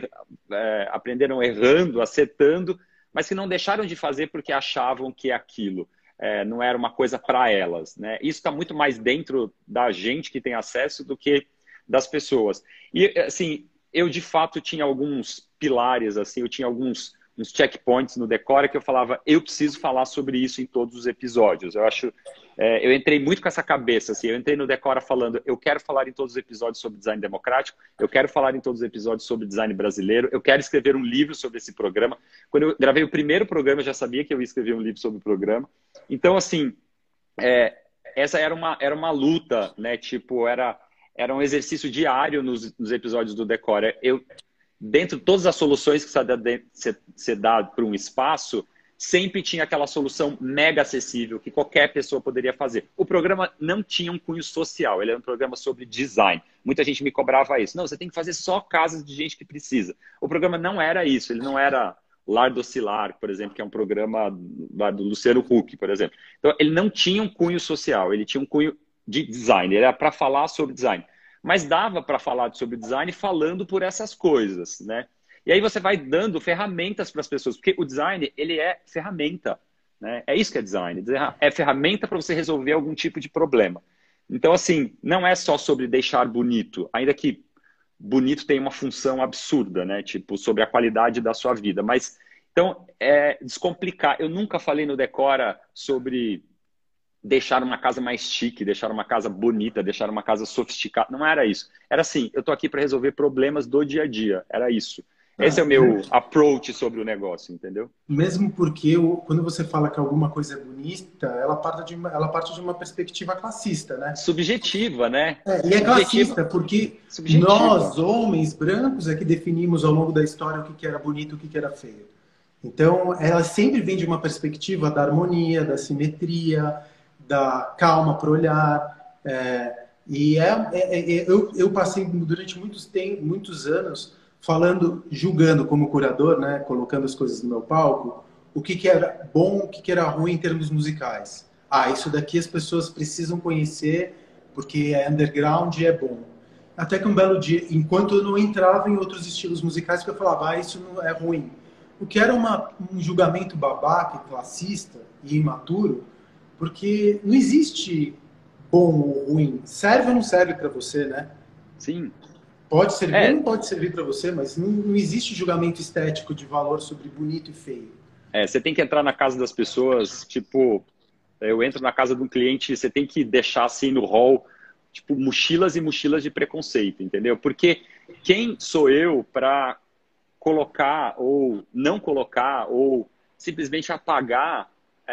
errando, acertando, mas que não deixaram de fazer porque achavam que aquilo não era uma coisa para elas, né? Isso está muito mais dentro da gente que tem acesso do que das pessoas. E, assim, eu de fato tinha alguns pilares, assim, eu tinha uns checkpoints no Decora que eu falava, eu preciso falar sobre isso em todos os episódios. Eu acho, eu entrei muito com essa cabeça, assim, eu entrei no Decora falando, eu quero falar em todos os episódios sobre design democrático, eu quero falar em todos os episódios sobre design brasileiro, eu quero escrever um livro sobre esse programa. Quando eu gravei o primeiro programa, eu já sabia que eu ia escrever um livro sobre o programa. Então, assim, essa era uma luta, né? Tipo, era um exercício diário nos episódios do Decora. Dentro de todas as soluções que você dá para um espaço, sempre tinha aquela solução mega acessível que qualquer pessoa poderia fazer. O programa não tinha um cunho social, ele era um programa sobre design. Muita gente me cobrava isso. Não, você tem que fazer só casas de gente que precisa. O programa não era isso, ele não era Lar Docilar, por exemplo, que é um programa do Luciano Huck, por exemplo. Então, ele não tinha um cunho social, ele tinha um cunho de design, ele era para falar sobre design. Mas dava para falar sobre design falando por essas coisas, né? E aí você vai dando ferramentas para as pessoas, porque o design, ele é ferramenta, né? É isso que é design, é ferramenta para você resolver algum tipo de problema. Então, assim, não é só sobre deixar bonito, ainda que bonito tem uma função absurda, né? Tipo, sobre a qualidade da sua vida. Mas, então, descomplicar. Eu nunca falei no Decora sobre deixar uma casa mais chique, deixar uma casa bonita, deixar uma casa sofisticada. Não era isso. Era assim, eu tô aqui para resolver problemas do dia a dia. Era isso. Esse é o meu approach sobre o negócio, entendeu? Mesmo porque quando você fala que alguma coisa é bonita, ela parte de uma perspectiva classista, né? Subjetiva, né? E é classista, porque nós, homens brancos, é que definimos ao longo da história o que era bonito e o que era feio. Então, ela sempre vem de uma perspectiva da harmonia, da simetria, da calma para olhar. Eu passei durante muitos anos julgando como curador, né, colocando as coisas no meu palco, o que era bom, o que era ruim em termos musicais. Isso daqui as pessoas precisam conhecer porque é underground e é bom. Até que um belo dia, enquanto eu não entrava em outros estilos musicais, que eu falava, isso não é ruim. O que era um julgamento babaca, classista e imaturo, porque não existe bom ou ruim. Serve ou não serve para você, né? Sim. Pode servir ou não pode servir para você, mas não existe julgamento estético de valor sobre bonito e feio. Você tem que entrar na casa das pessoas, tipo, eu entro na casa de um cliente, você tem que deixar assim no hall, tipo, mochilas e mochilas de preconceito, entendeu? Porque quem sou eu para colocar ou não colocar ou simplesmente apagar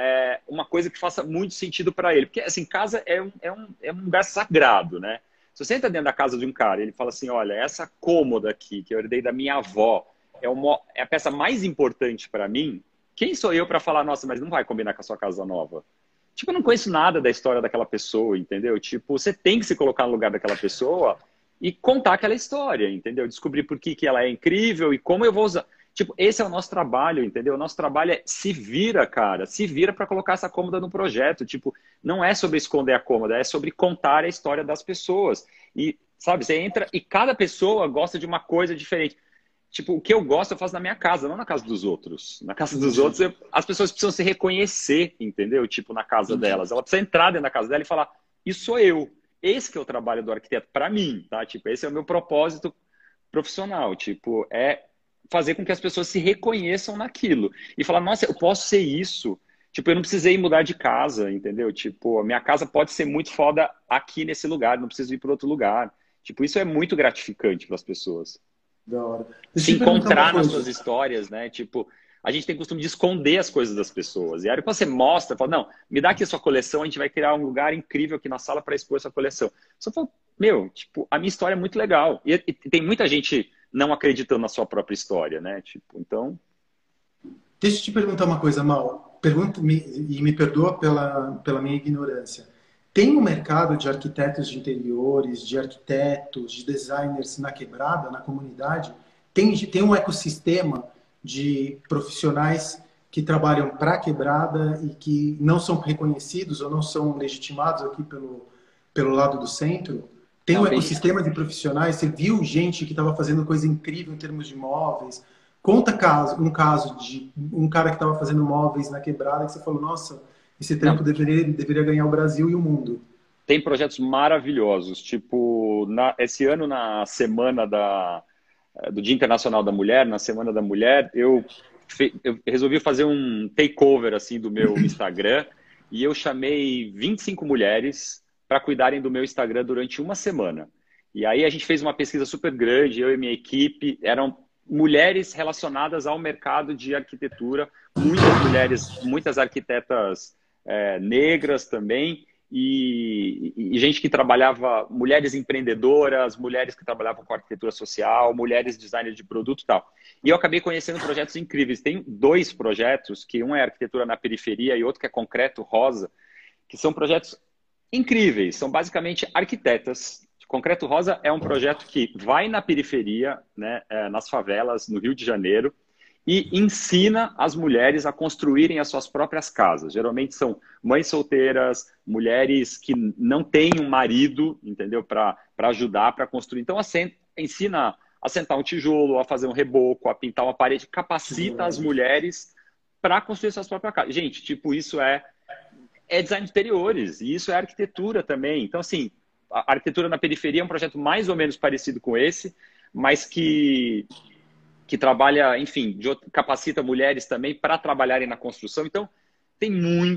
uma coisa que faça muito sentido para ele? Porque, assim, casa é um lugar sagrado, né? Se você entra dentro da casa de um cara e ele fala assim, olha, essa cômoda aqui que eu herdei da minha avó é a peça mais importante para mim, quem sou eu para falar, nossa, mas não vai combinar com a sua casa nova? Tipo, eu não conheço nada da história daquela pessoa, entendeu? Tipo, você tem que se colocar no lugar daquela pessoa e contar aquela história, entendeu? Descobrir por que ela é incrível e como eu vou usar. Tipo, esse é o nosso trabalho, entendeu? O nosso trabalho é se vira, cara. Se vira para colocar essa cômoda no projeto. Tipo, não é sobre esconder a cômoda, é sobre contar a história das pessoas. E, sabe, você entra e cada pessoa gosta de uma coisa diferente. Tipo, o que eu gosto eu faço na minha casa, não na casa dos outros. Na casa dos outros, as pessoas precisam se reconhecer, entendeu? Tipo, na casa delas. Ela precisa entrar dentro da casa dela e falar, isso sou eu. Esse que é o trabalho do arquiteto para mim, tá? Tipo, esse é o meu propósito profissional. Tipo, é fazer com que as pessoas se reconheçam naquilo. E falar, nossa, eu posso ser isso. Tipo, eu não precisei mudar de casa, entendeu? Tipo, a minha casa pode ser muito foda aqui nesse lugar, não preciso ir para outro lugar. Tipo, isso é muito gratificante para as pessoas. Da hora. Se encontrar nas suas histórias, né? Tipo, a gente tem costume de esconder as coisas das pessoas. E aí quando você mostra, fala, não, me dá aqui a sua coleção, a gente vai criar um lugar incrível aqui na sala para expor essa coleção. Só fala, meu, tipo, a minha história é muito legal. E tem muita gente não acreditando na sua própria história, né? Tipo, então... Deixa eu te perguntar uma coisa, Mal. Me perdoa pela minha ignorância. tem um mercado de arquitetos de interiores, de arquitetos, de designers na quebrada, na comunidade? Tem um ecossistema de profissionais que trabalham para a quebrada e que não são reconhecidos ou não são legitimados aqui pelo lado do centro? Tem Não, um tem. ecossistema de profissionais? Você viu gente que estava fazendo coisa incrível em termos de móveis? Conta um caso de um cara que estava fazendo móveis na quebrada que você falou, nossa, esse trampo Não, deveria ganhar o Brasil e o mundo. tem projetos maravilhosos. Tipo, esse ano, na semana do Dia Internacional da Mulher, na Semana da Mulher, eu resolvi fazer um takeover assim, do meu Instagram e eu chamei 25 mulheres para cuidarem do meu Instagram durante uma semana. E aí a gente fez uma pesquisa super grande, eu e minha equipe, eram mulheres relacionadas ao mercado de arquitetura, muitas mulheres, muitas arquitetas negras também, e gente que trabalhava, mulheres empreendedoras, mulheres que trabalhavam com arquitetura social, mulheres designers de produto e tal. E eu acabei conhecendo projetos incríveis. Tem dois projetos, que um é arquitetura na periferia e outro que é concreto rosa, que são projetos incríveis. São basicamente arquitetas. Concreto Rosa é um projeto que vai na periferia, né, nas favelas, no Rio de Janeiro, e ensina as mulheres a construírem as suas próprias casas. Geralmente são mães solteiras, mulheres que não têm um marido, entendeu? Para ajudar, para construir. Então, ensina a sentar um tijolo, a fazer um reboco, a pintar uma parede, capacita as mulheres para construir suas próprias casas. Gente, tipo, isso é design de interiores, e isso é arquitetura também. Então, assim, a arquitetura na periferia é um projeto mais ou menos parecido com esse, mas que trabalha, enfim, capacita mulheres também para trabalharem na construção. Então, tem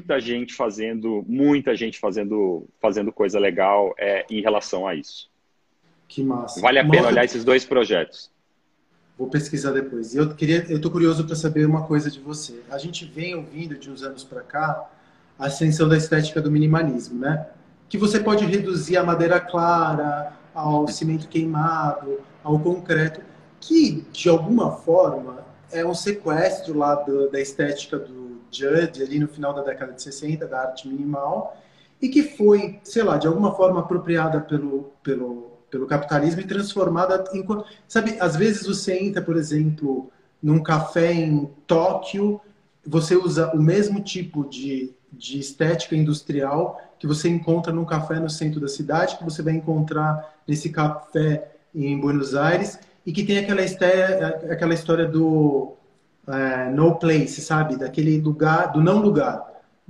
muita gente fazendo coisa legal em relação a isso. Que massa. Vale a pena olhar esses dois projetos. Vou pesquisar depois. Eu estou curioso para saber uma coisa de você. A gente vem ouvindo de uns anos para cá a ascensão da estética do minimalismo, né? Que você pode reduzir a madeira clara, ao cimento queimado, ao concreto, que de alguma forma é um sequestro lá da estética do Judd ali no final da década de 60, da arte minimal, e que foi, sei lá, de alguma forma apropriada pelo capitalismo e transformada em... Sabe, às vezes você entra, por exemplo, num café em Tóquio, você usa o mesmo tipo de estética industrial que você encontra num café no centro da cidade, que você vai encontrar nesse café em Buenos Aires, e que tem aquela história do no place, sabe? Daquele lugar, do não lugar,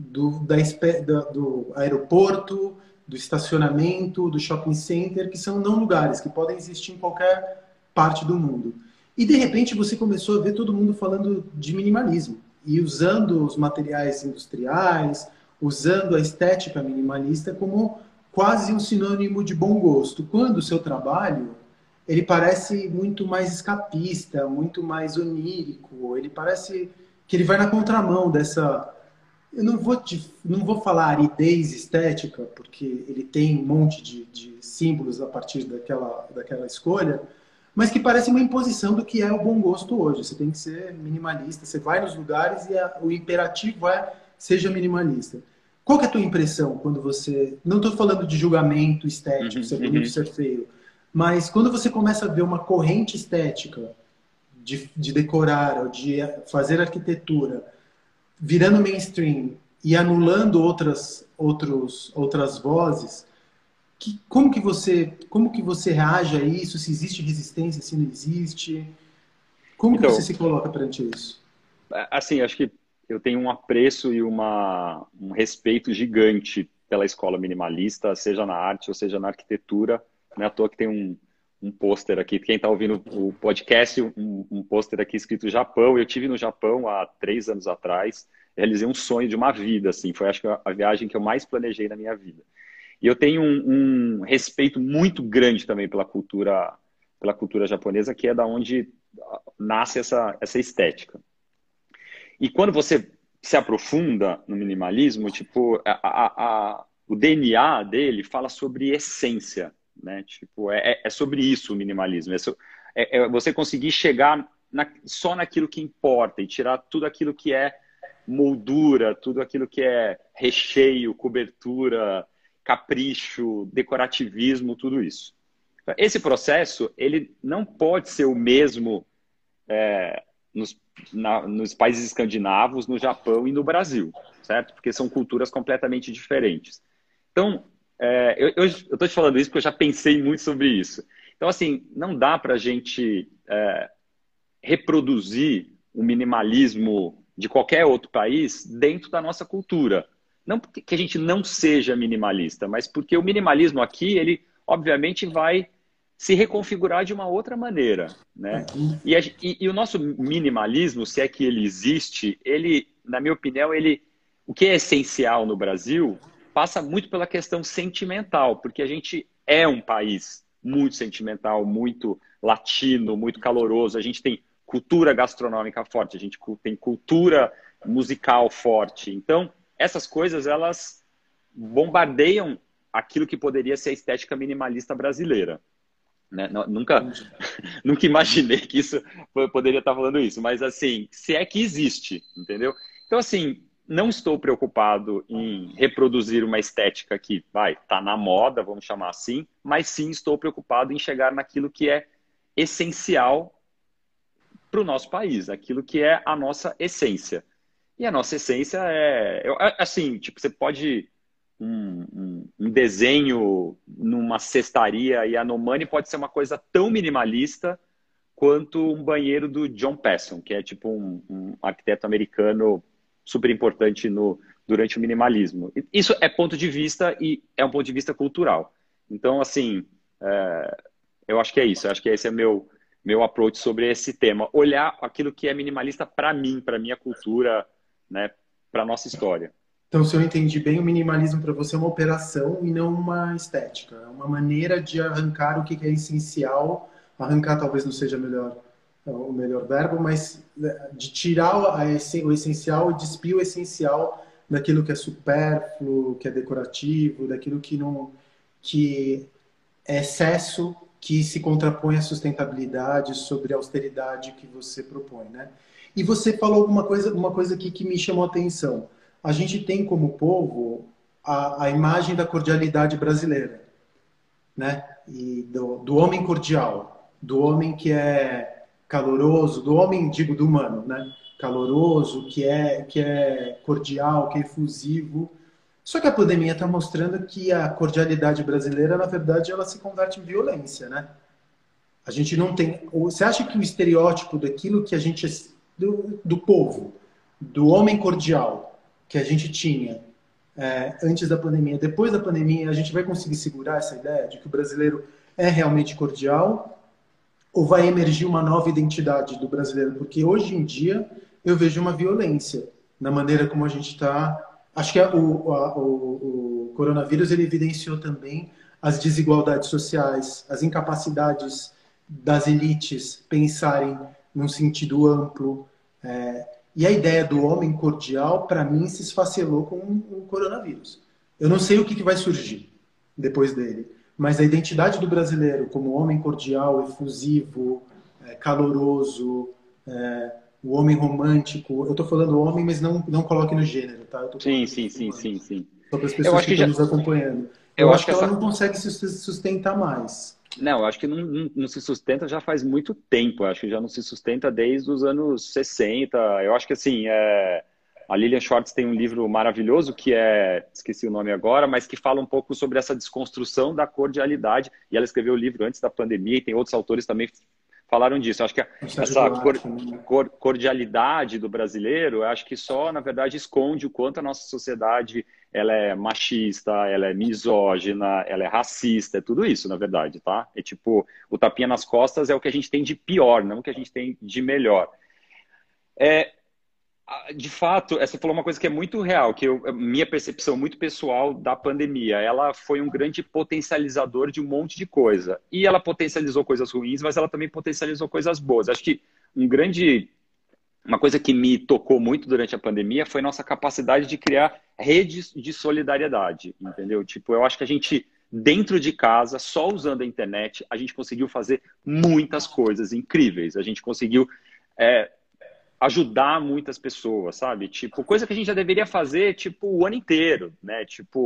do aeroporto, do estacionamento, do shopping center, que são não lugares, que podem existir em qualquer parte do mundo. E, de repente, você começou a ver todo mundo falando de minimalismo, e usando os materiais industriais, usando a estética minimalista como quase um sinônimo de bom gosto, quando o seu trabalho ele parece muito mais escapista, muito mais onírico, ele parece que ele vai na contramão dessa... Eu não vou falar aridez estética, porque ele tem um monte de símbolos a partir daquela escolha, mas que parece uma imposição do que é o bom gosto hoje. Você tem que ser minimalista, você vai nos lugares e o imperativo seja minimalista. Qual que é a tua impressão quando você... Não estou falando de julgamento estético, ser bonito, ser feio, mas quando você começa a ver uma corrente estética de decorar ou de fazer arquitetura virando mainstream e anulando outras vozes, como que você reage a isso? Se existe resistência, se não existe? Como que você se coloca perante isso? Assim, acho que eu tenho um apreço e um respeito gigante pela escola minimalista, seja na arte ou seja na arquitetura. Não é à toa que tem um pôster aqui. Quem está ouvindo o podcast, um pôster aqui escrito Japão. Eu tive no Japão há 3 anos atrás. Realizei um sonho de uma vida, assim. Foi, acho que, a viagem que eu mais planejei na minha vida. E eu tenho um respeito muito grande também pela cultura japonesa, que é da onde nasce essa estética. E quando você se aprofunda no minimalismo, tipo, o DNA dele fala sobre essência, né? Tipo, é sobre isso o minimalismo. É você conseguir chegar só naquilo que importa e tirar tudo aquilo que é moldura, tudo aquilo que é recheio, cobertura, capricho, decorativismo, tudo isso. Esse processo, ele não pode ser o mesmo nos países escandinavos, no Japão e no Brasil, certo? Porque são culturas completamente diferentes. Então, eu estou te falando isso porque eu já pensei muito sobre isso. Então, assim, não dá para a gente reproduzir o minimalismo de qualquer outro país dentro da nossa cultura. Não porque a gente não seja minimalista, mas porque o minimalismo aqui, ele obviamente vai se reconfigurar de uma outra maneira, né? E o nosso minimalismo, se é que ele existe, ele, na minha opinião, o que é essencial no Brasil passa muito pela questão sentimental, porque a gente é um país muito sentimental, muito latino, muito caloroso, a gente tem cultura gastronômica forte, a gente tem cultura musical forte. Então, essas coisas, elas bombardeiam aquilo que poderia ser a estética minimalista brasileira. Né? Nunca imaginei que isso poderia estar falando isso, mas assim, se é que existe, entendeu? Então, assim, não estou preocupado em reproduzir uma estética que tá na moda, vamos chamar assim, mas sim estou preocupado em chegar naquilo que é essencial para o nosso país, aquilo que é a nossa essência. E a nossa essência assim, tipo, você pode um desenho numa cestaria Yanomami pode ser uma coisa tão minimalista quanto um banheiro do John Payson, que é tipo um arquiteto americano super importante durante o minimalismo. Isso é ponto de vista e é um ponto de vista cultural. Então, assim, eu acho que é isso. Eu acho que esse é meu approach sobre esse tema. Olhar aquilo que é minimalista para mim, para minha cultura, né, para a nossa história. Então, se eu entendi bem, o minimalismo para você é uma operação e não uma estética. É uma maneira de arrancar o que é essencial. Arrancar talvez não seja o melhor verbo, mas de tirar o essencial e despir o essencial daquilo que é supérfluo, que é decorativo, daquilo que é excesso, que se contrapõe à sustentabilidade, sobre a austeridade que você propõe, né? E você falou uma coisa aqui que me chamou a atenção. A gente tem como povo a imagem da cordialidade brasileira, né? E do homem cordial, do homem que é caloroso, do homem, digo, do humano, né? Caloroso, que é cordial, que é efusivo. Só que a pandemia está mostrando que a cordialidade brasileira, na verdade, ela se converte em violência, né? A gente não tem... Você acha que o estereótipo daquilo que a gente... do povo, do homem cordial que a gente tinha antes da pandemia, depois da pandemia, a gente vai conseguir segurar essa ideia de que o brasileiro é realmente cordial ou vai emergir uma nova identidade do brasileiro? Porque hoje em dia eu vejo uma violência na maneira como a gente está... Acho que o coronavírus ele evidenciou também as desigualdades sociais, as incapacidades das elites pensarem num sentido amplo. E a ideia do homem cordial, para mim, se esfacelou com o coronavírus. Eu não sei o que vai surgir depois dele, mas a identidade do brasileiro como homem cordial, efusivo, caloroso, o homem romântico. Eu estou falando homem, mas não coloque no gênero, tá? Eu tô Sim. Só para as pessoas que estão nos acompanhando. Eu acho que ela não consegue se sustentar mais. Não, eu acho que não se sustenta já faz muito tempo. Eu acho que já não se sustenta desde os anos 60. Eu acho que, assim, a Lilian Schwartz tem um livro maravilhoso que esqueci o nome agora, mas que fala um pouco sobre essa desconstrução da cordialidade. E ela escreveu o livro antes da pandemia e tem outros autores também falaram disso. Eu acho que essa cordialidade do brasileiro, eu acho que só, na verdade, esconde o quanto a nossa sociedade ela é machista, ela é misógina, ela é racista, é tudo isso, na verdade, tá? É tipo, o tapinha nas costas é o que a gente tem de pior, não o que a gente tem de melhor. De fato, essa falou uma coisa que é muito real, que minha percepção muito pessoal da pandemia, ela foi um grande potencializador de um monte de coisa. E ela potencializou coisas ruins, mas ela também potencializou coisas boas. Acho que uma coisa que me tocou muito durante a pandemia foi nossa capacidade de criar redes de solidariedade, entendeu? Tipo, eu acho que a gente, dentro de casa, só usando a internet, a gente conseguiu fazer muitas coisas incríveis. A gente conseguiu ajudar muitas pessoas, sabe? Tipo, coisa que a gente já deveria fazer, tipo, o ano inteiro, né? Tipo,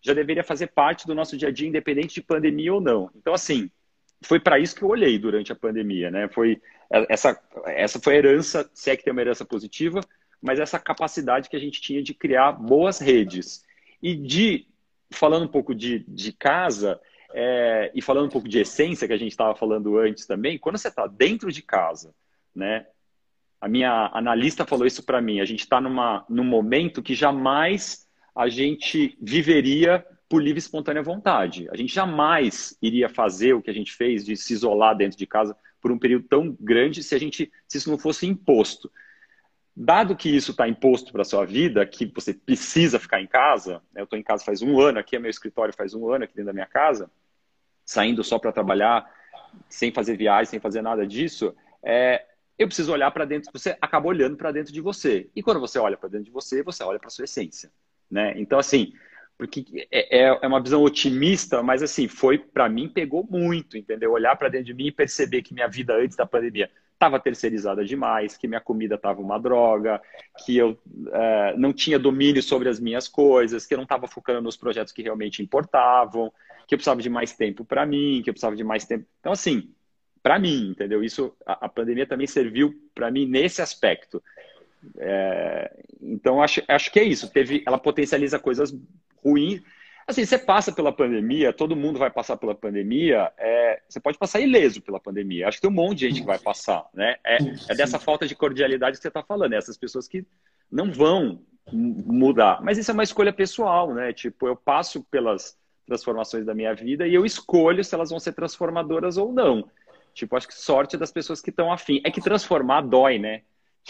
já deveria fazer parte do nosso dia a dia, independente de pandemia ou não. Então, assim, foi para isso que eu olhei durante a pandemia, né? Essa foi a herança, se é que tem uma herança positiva, mas essa capacidade que a gente tinha de criar boas redes. Falando um pouco de casa, e falando um pouco de essência, que a gente estava falando antes também, quando você está dentro de casa, né? A minha analista falou isso para mim, a gente está num momento que jamais a gente viveria por livre e espontânea vontade. A gente jamais iria fazer o que a gente fez de se isolar dentro de casa por um período tão grande se isso não fosse imposto. Dado que isso está imposto para a sua vida, que você precisa ficar em casa, né? Eu estou em casa faz um ano, aqui é meu escritório faz um ano aqui dentro da minha casa, saindo só para trabalhar, sem fazer viagem, sem fazer nada disso, eu preciso olhar para dentro, você acaba olhando para dentro de você. E quando você olha para dentro de você, você olha para a sua essência, né? Então, assim, porque é uma visão otimista, mas assim, para mim, pegou muito, entendeu? Olhar para dentro de mim e perceber que minha vida antes da pandemia estava terceirizada demais, que minha comida estava uma droga, que eu não tinha domínio sobre as minhas coisas, que eu não estava focando nos projetos que realmente importavam, que eu precisava de mais tempo para mim, que eu precisava de mais tempo. Então, assim, para mim, entendeu? Isso, a pandemia também serviu para mim nesse aspecto. Então, acho que é isso. Ela potencializa coisas ruins. Assim, você passa pela pandemia, todo mundo vai passar pela pandemia, você pode passar ileso pela pandemia. Acho que tem um monte de gente que vai passar, né? É dessa falta de cordialidade que você está falando, essas pessoas que não vão mudar. Mas isso é uma escolha pessoal, né? Tipo, eu passo pelas transformações da minha vida e eu escolho se elas vão ser transformadoras ou não. Tipo, acho que sorte das pessoas que estão afim. É que transformar dói, né?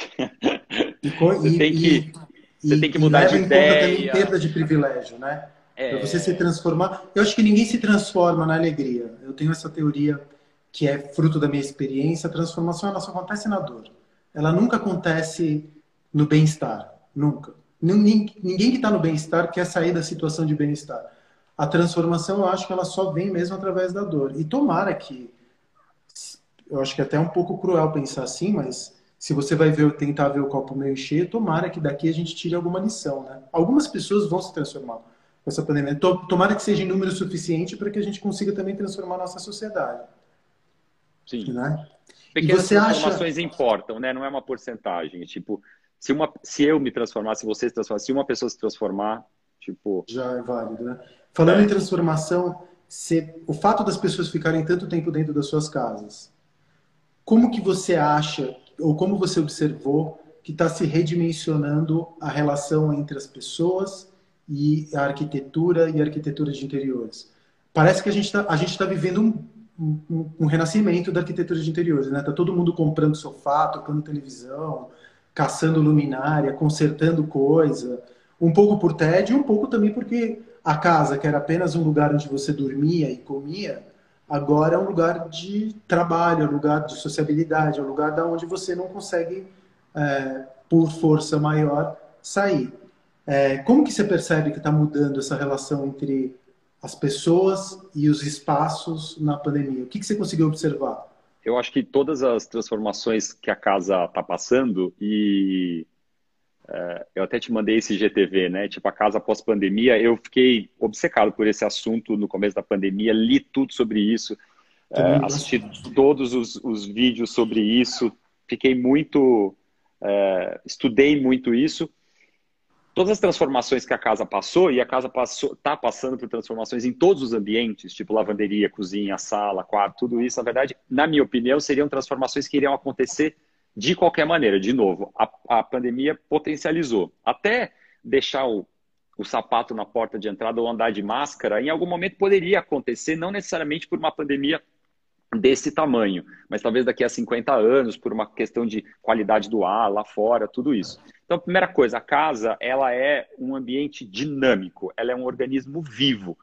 Você tem que mudar de ideia. Leva em conta também perda de privilégio, né? Para você se transformar. Eu acho que ninguém se transforma na alegria. Eu tenho essa teoria que é fruto da minha experiência. A transformação ela só acontece na dor. Ela nunca acontece no bem-estar. Nunca. Ninguém que está no bem-estar quer sair da situação de bem-estar. A transformação, eu acho que ela só vem mesmo através da dor. E tomara que... Eu acho que é até um pouco cruel pensar assim, mas se você vai tentar ver o copo meio cheio, tomara que daqui a gente tire alguma lição, né? Algumas pessoas vão se transformar com essa pandemia. Tomara que seja em número suficiente para que a gente consiga também transformar a nossa sociedade. Sim. Né? Pequenas transformações importam, né? Não é uma porcentagem. Tipo, se eu me transformar, se você se transformar, se uma pessoa se transformar, tipo... Já é válido, né? Falando em transformação, o fato das pessoas ficarem tanto tempo dentro das suas casas, como que você acha, ou como você observou, que está se redimensionando a relação entre as pessoas e a arquitetura de interiores? Parece que a gente tá vivendo um renascimento da arquitetura de interiores, né? Tá todo mundo comprando sofá, tocando televisão, caçando luminária, consertando coisa, um pouco por tédio, um pouco também porque a casa, que era apenas um lugar onde você dormia e comia, agora é um lugar de trabalho, é um lugar de sociabilidade, é um lugar da onde você não consegue, por força maior, sair. Como que você percebe que está mudando essa relação entre as pessoas e os espaços na pandemia? O que você conseguiu observar? Eu acho que todas as transformações que a casa está passando, e eu até te mandei esse GTV, né? Tipo, a casa pós-pandemia, eu fiquei obcecado por esse assunto no começo da pandemia, li tudo sobre isso, assisti todos os vídeos sobre isso, fiquei muito... estudei muito isso. Todas as transformações que a casa passou, e a casa está passando por transformações em todos os ambientes, tipo lavanderia, cozinha, sala, quarto, tudo isso, na verdade, na minha opinião, seriam transformações que iriam acontecer de qualquer maneira. De novo, a pandemia potencializou. Até deixar o sapato na porta de entrada ou andar de máscara, em algum momento poderia acontecer, não necessariamente por uma pandemia desse tamanho, mas talvez daqui a 50 anos, por uma questão de qualidade do ar lá fora, tudo isso. Então, a primeira coisa, a casa, ela é um ambiente dinâmico, ela é um organismo vivo,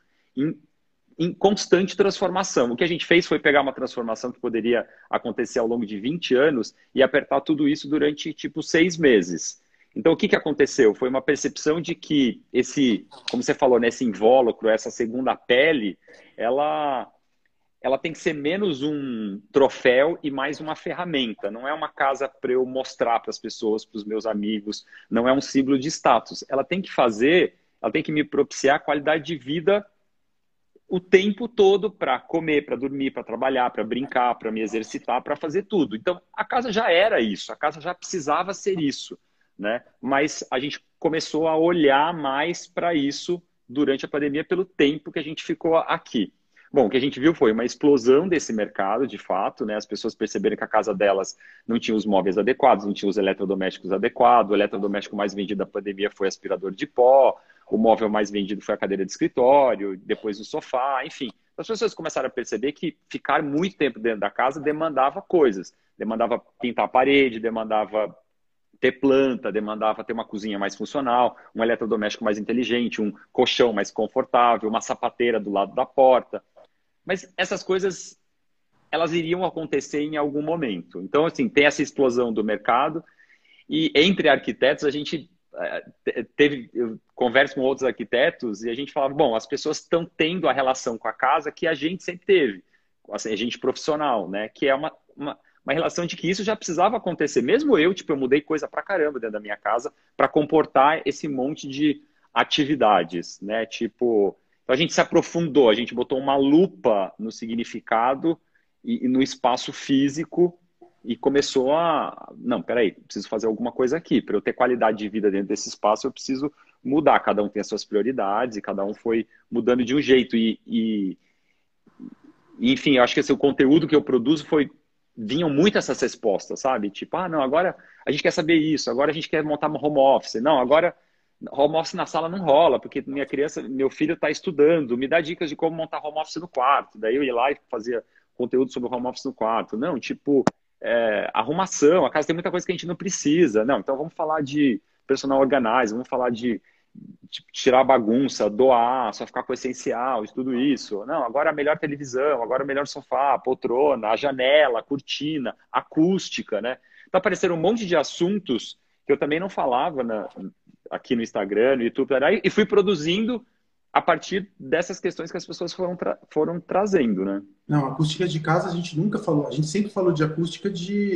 em constante transformação. O que a gente fez foi pegar uma transformação que poderia acontecer ao longo de 20 anos e apertar tudo isso durante, tipo, 6 meses. Então, o que aconteceu? Foi uma percepção de que como você falou, nesse invólucro, essa segunda pele, ela tem que ser menos um troféu e mais uma ferramenta. Não é uma casa para eu mostrar para as pessoas, para os meus amigos. Não é um símbolo de status. Ela tem que fazer ela tem que me propiciar qualidade de vida o tempo todo para comer, para dormir, para trabalhar, para brincar, para me exercitar, para fazer tudo. Então, a casa já era isso, a casa já precisava ser isso, né? Mas a gente começou a olhar mais para isso durante a pandemia pelo tempo que a gente ficou aqui. Bom, o que a gente viu foi uma explosão desse mercado, de fato, né? As pessoas perceberam que a casa delas não tinha os móveis adequados, não tinha os eletrodomésticos adequados, o eletrodoméstico mais vendido da pandemia foi aspirador de pó, o móvel mais vendido foi a cadeira de escritório, depois o sofá, enfim. As pessoas começaram a perceber que ficar muito tempo dentro da casa demandava coisas. Demandava pintar a parede, demandava ter planta, demandava ter uma cozinha mais funcional, um eletrodoméstico mais inteligente, um colchão mais confortável, uma sapateira do lado da porta. Mas essas coisas, elas iriam acontecer em algum momento. Então, assim, tem essa explosão do mercado e entre arquitetos a gente eu converso com outros arquitetos e a gente falava, bom, as pessoas estão tendo a relação com a casa que a gente sempre teve, assim, a gente profissional, né? Que é uma relação de que isso já precisava acontecer. Mesmo eu, tipo, eu mudei coisa pra caramba dentro da minha casa para comportar esse monte de atividades, né? Tipo, então a gente se aprofundou, a gente botou uma lupa no significado e no espaço físico e começou a... Não, peraí, preciso fazer alguma coisa aqui. Para eu ter qualidade de vida dentro desse espaço, eu preciso mudar. Cada um tem as suas prioridades e cada um foi mudando de um jeito. Enfim, eu acho que esse, o conteúdo que eu produzo vinham muito essas respostas, sabe? Tipo, ah, não, agora a gente quer saber isso, agora a gente quer montar uma home office. Não, agora home office na sala não rola, porque meu filho está estudando, me dá dicas de como montar home office no quarto. Daí eu ia lá e fazia conteúdo sobre home office no quarto. Não, tipo... arrumação, a casa tem muita coisa que a gente não precisa. Não, então vamos falar de personal organize, vamos falar de tirar a bagunça, doar, só ficar com o essencial, tudo isso. Não, agora a melhor televisão, agora o melhor sofá, a poltrona, a janela, a cortina, a acústica, né? Então apareceram um monte de assuntos que eu também não falava aqui no Instagram, no YouTube, e fui produzindo a partir dessas questões que as pessoas foram trazendo, né? Não, acústica de casa a gente nunca falou. A gente sempre falou de acústica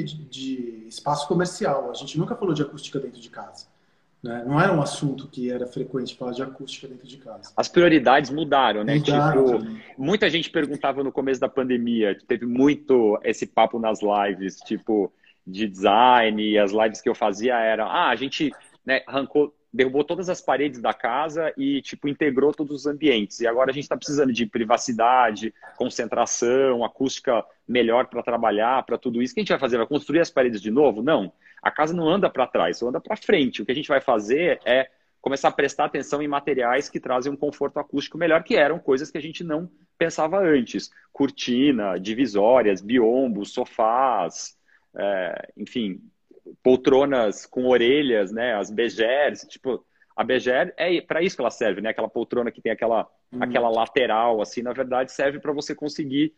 de espaço comercial. A gente nunca falou de acústica dentro de casa, né? Não era um assunto que era frequente falar de acústica dentro de casa. As prioridades mudaram, né? Mudaram. Tipo, muita gente perguntava no começo da pandemia, teve muito esse papo nas lives, tipo, de design, e as lives que eu fazia eram, a gente, né, derrubou todas as paredes da casa e, tipo, integrou todos os ambientes. E agora a gente está precisando de privacidade, concentração, acústica melhor para trabalhar, para tudo isso. O que a gente vai fazer? Vai construir as paredes de novo? Não. A casa não anda para trás, só anda para frente. O que a gente vai fazer é começar a prestar atenção em materiais que trazem um conforto acústico melhor, que eram coisas que a gente não pensava antes. Cortina, divisórias, biombos, sofás, enfim... poltronas com orelhas, né? As Bergers, tipo, a Berger é para isso que ela serve, né? Aquela poltrona que tem aquela lateral, assim, na verdade serve para você conseguir,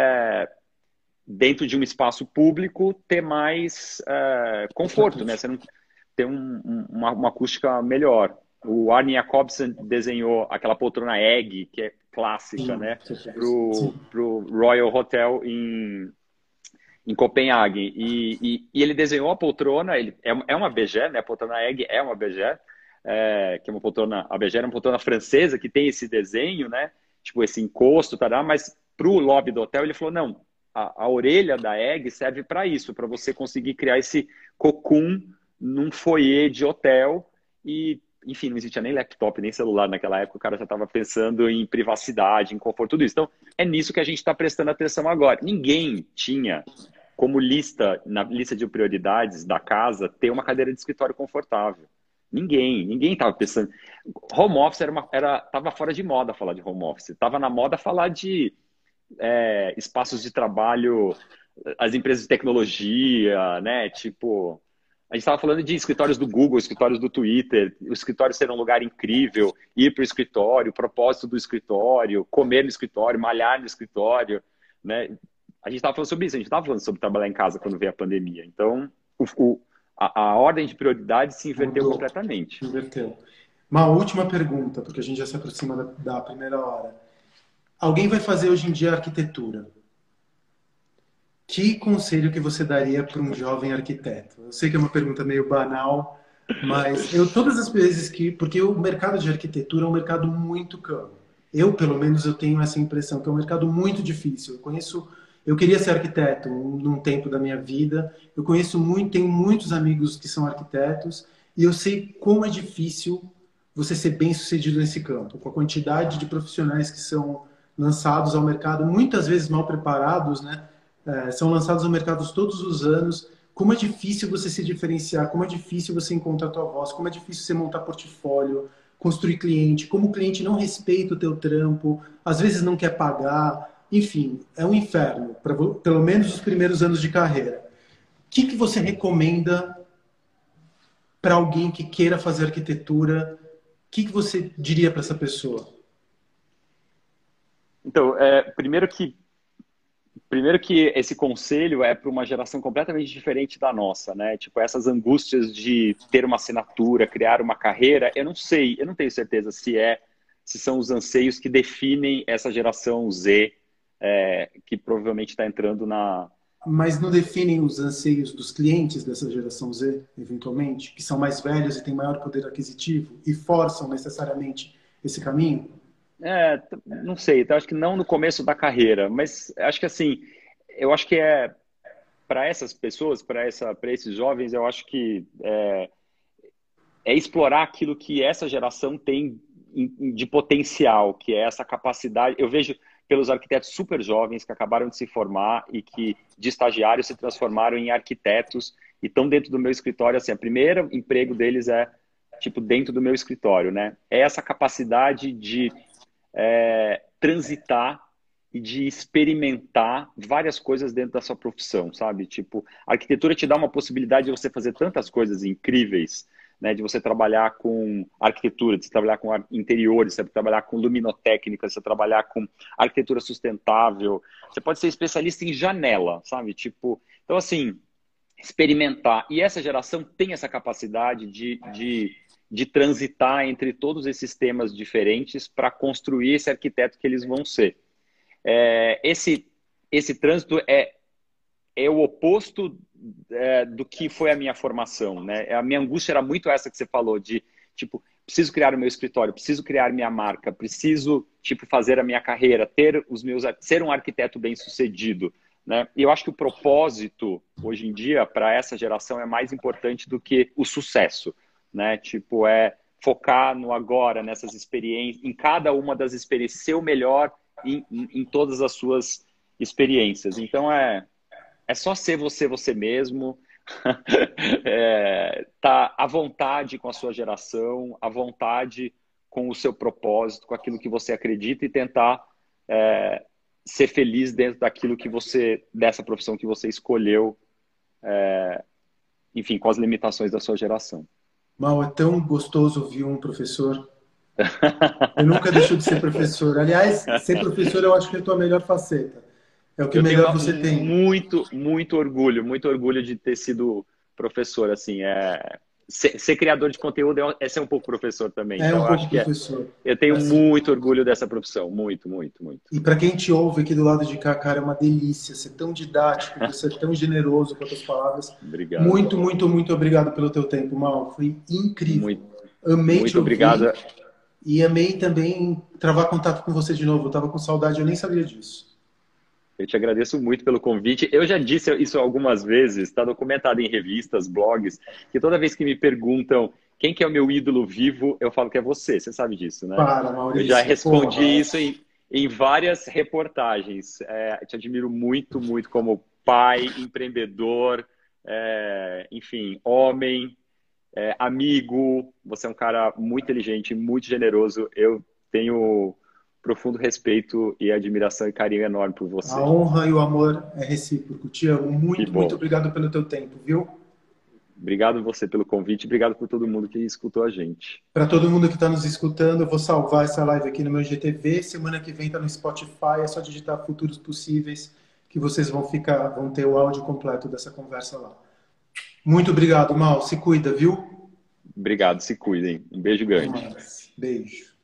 dentro de um espaço público, ter mais conforto, né? Você não ter uma acústica melhor. O Arne Jacobsen desenhou aquela poltrona Egg, que é clássica, né? Pro Royal Hotel em Copenhague, e ele desenhou a poltrona, ele é uma Berger, né? A poltrona Egg é uma Berger, que é uma poltrona, a Berger é uma poltrona francesa que tem esse desenho, né? Tipo esse encosto, mas pro lobby do hotel ele falou, não, a orelha da Egg serve para isso, para você conseguir criar esse cocoon num foyer de hotel e, enfim, não existia nem laptop, nem celular naquela época, o cara já estava pensando em privacidade, em conforto, tudo isso. Então, é nisso que a gente está prestando atenção agora. Ninguém tinha como na lista de prioridades da casa, ter uma cadeira de escritório confortável. Ninguém estava pensando. Home office estava fora de moda falar de home office. Estava na moda falar de espaços de trabalho, as empresas de tecnologia, né? Tipo, a gente estava falando de escritórios do Google, escritórios do Twitter, o escritório ser um lugar incrível, ir para o escritório, o propósito do escritório, comer no escritório, malhar no escritório, né? A gente estava falando sobre isso, a gente estava falando sobre trabalhar em casa quando veio a pandemia. Então, a ordem de prioridades se inverteu completamente. Inverteu. Uma última pergunta, porque a gente já se aproxima da primeira hora. Alguém vai fazer hoje em dia arquitetura. Que conselho que você daria para um jovem arquiteto? Eu sei que é uma pergunta meio banal, Mas eu, todas as vezes que... Porque o mercado de arquitetura é um mercado muito caro. Eu, pelo menos, eu tenho essa impressão, que é um mercado muito difícil. Eu conheço... Eu queria ser arquiteto num tempo da minha vida. Eu conheço muito, tenho muitos amigos que são arquitetos e eu sei como é difícil você ser bem-sucedido nesse campo, com a quantidade de profissionais que são lançados ao mercado, muitas vezes mal preparados, né? São lançados ao mercado todos os anos. Como é difícil você se diferenciar, como é difícil você encontrar a tua voz, como é difícil você montar portfólio, construir cliente, como o cliente não respeita o teu trampo, às vezes não quer pagar, enfim, é um inferno, pelo menos os primeiros anos de carreira. O que você recomenda para alguém que queira fazer arquitetura? O que você diria para essa pessoa? Então, primeiro que esse conselho é para uma geração completamente diferente da nossa, né? Tipo, essas angústias de ter uma assinatura, criar uma carreira, eu não sei, eu não tenho certeza se são os anseios que definem essa geração Z, que provavelmente está entrando na... Mas não definem os anseios dos clientes dessa geração Z, eventualmente, que são mais velhos e têm maior poder aquisitivo e forçam necessariamente esse caminho? Não sei, então acho que não no começo da carreira, mas acho que assim, eu acho que para essas pessoas, para esses jovens, eu acho que é explorar aquilo que essa geração tem de potencial, que é essa capacidade. Eu vejo pelos arquitetos super jovens que acabaram de se formar e que de estagiários se transformaram em arquitetos e estão dentro do meu escritório, assim, o primeiro emprego deles é tipo dentro do meu escritório, né? É essa capacidade de transitar e de experimentar várias coisas dentro da sua profissão, sabe? Tipo, a arquitetura te dá uma possibilidade de você fazer tantas coisas incríveis, né? De você trabalhar com arquitetura, de você trabalhar com interiores, de você trabalhar com luminotécnica, de você trabalhar com arquitetura sustentável. Você pode ser especialista em janela, sabe? Tipo, então assim, experimentar. E essa geração tem essa capacidade de transitar entre todos esses temas diferentes para construir esse arquiteto que eles vão ser. Esse trânsito é o oposto do que foi a minha formação, né? A minha angústia era muito essa que você falou, de tipo, preciso criar o meu escritório, preciso criar minha marca, preciso tipo fazer a minha carreira, ser um arquiteto bem-sucedido, né? E eu acho que o propósito hoje em dia para essa geração é mais importante do que o sucesso, né? Tipo, focar no agora, nessas experiências, em cada uma das experiências, ser o melhor em todas as suas experiências. Então, é só ser você mesmo, tá à vontade com a sua geração, à vontade com o seu propósito, com aquilo que você acredita e tentar ser feliz dentro daquilo dessa profissão que você escolheu, enfim, com as limitações da sua geração. Mal, é tão gostoso ouvir um professor. Eu nunca deixou de ser professor. Aliás, ser professor eu acho que é a tua melhor faceta. É o que melhor você tem. Muito orgulho de ter sido professor, assim, ser criador de conteúdo é ser um pouco professor também. É então, um pouco professor. Eu tenho assim, muito orgulho dessa profissão, muito. E para quem te ouve aqui do lado de cá, cara, é uma delícia. Ser tão didático, você é tão generoso com as tuas palavras. Obrigado. Muito obrigado pelo teu tempo, Mal. Foi incrível. Amei te ouvir. Obrigado. E amei também travar contato com você de novo. Eu estava com saudade, eu nem sabia disso. Eu te agradeço muito pelo convite. Eu já disse isso algumas vezes, está documentado em revistas, blogs, que toda vez que me perguntam quem que é o meu ídolo vivo, eu falo que é você. Você sabe disso, né? Para, Maurício. Eu já respondi isso em várias reportagens. Te admiro muito como pai, empreendedor, enfim, homem, amigo. Você é um cara muito inteligente, muito generoso. Eu tenho profundo respeito e admiração e carinho enorme por você. A honra e o amor é recíproco. Te amo. Muito obrigado pelo teu tempo, viu? Obrigado você pelo convite, obrigado por todo mundo que escutou a gente. Para todo mundo que está nos escutando, eu vou salvar essa live aqui no meu GTV. Semana que vem está no Spotify, é só digitar Futuros Possíveis que vocês vão ter o áudio completo dessa conversa lá. Muito obrigado, Mal. Se cuida, viu? Obrigado, se cuidem. Um beijo grande. Beijo.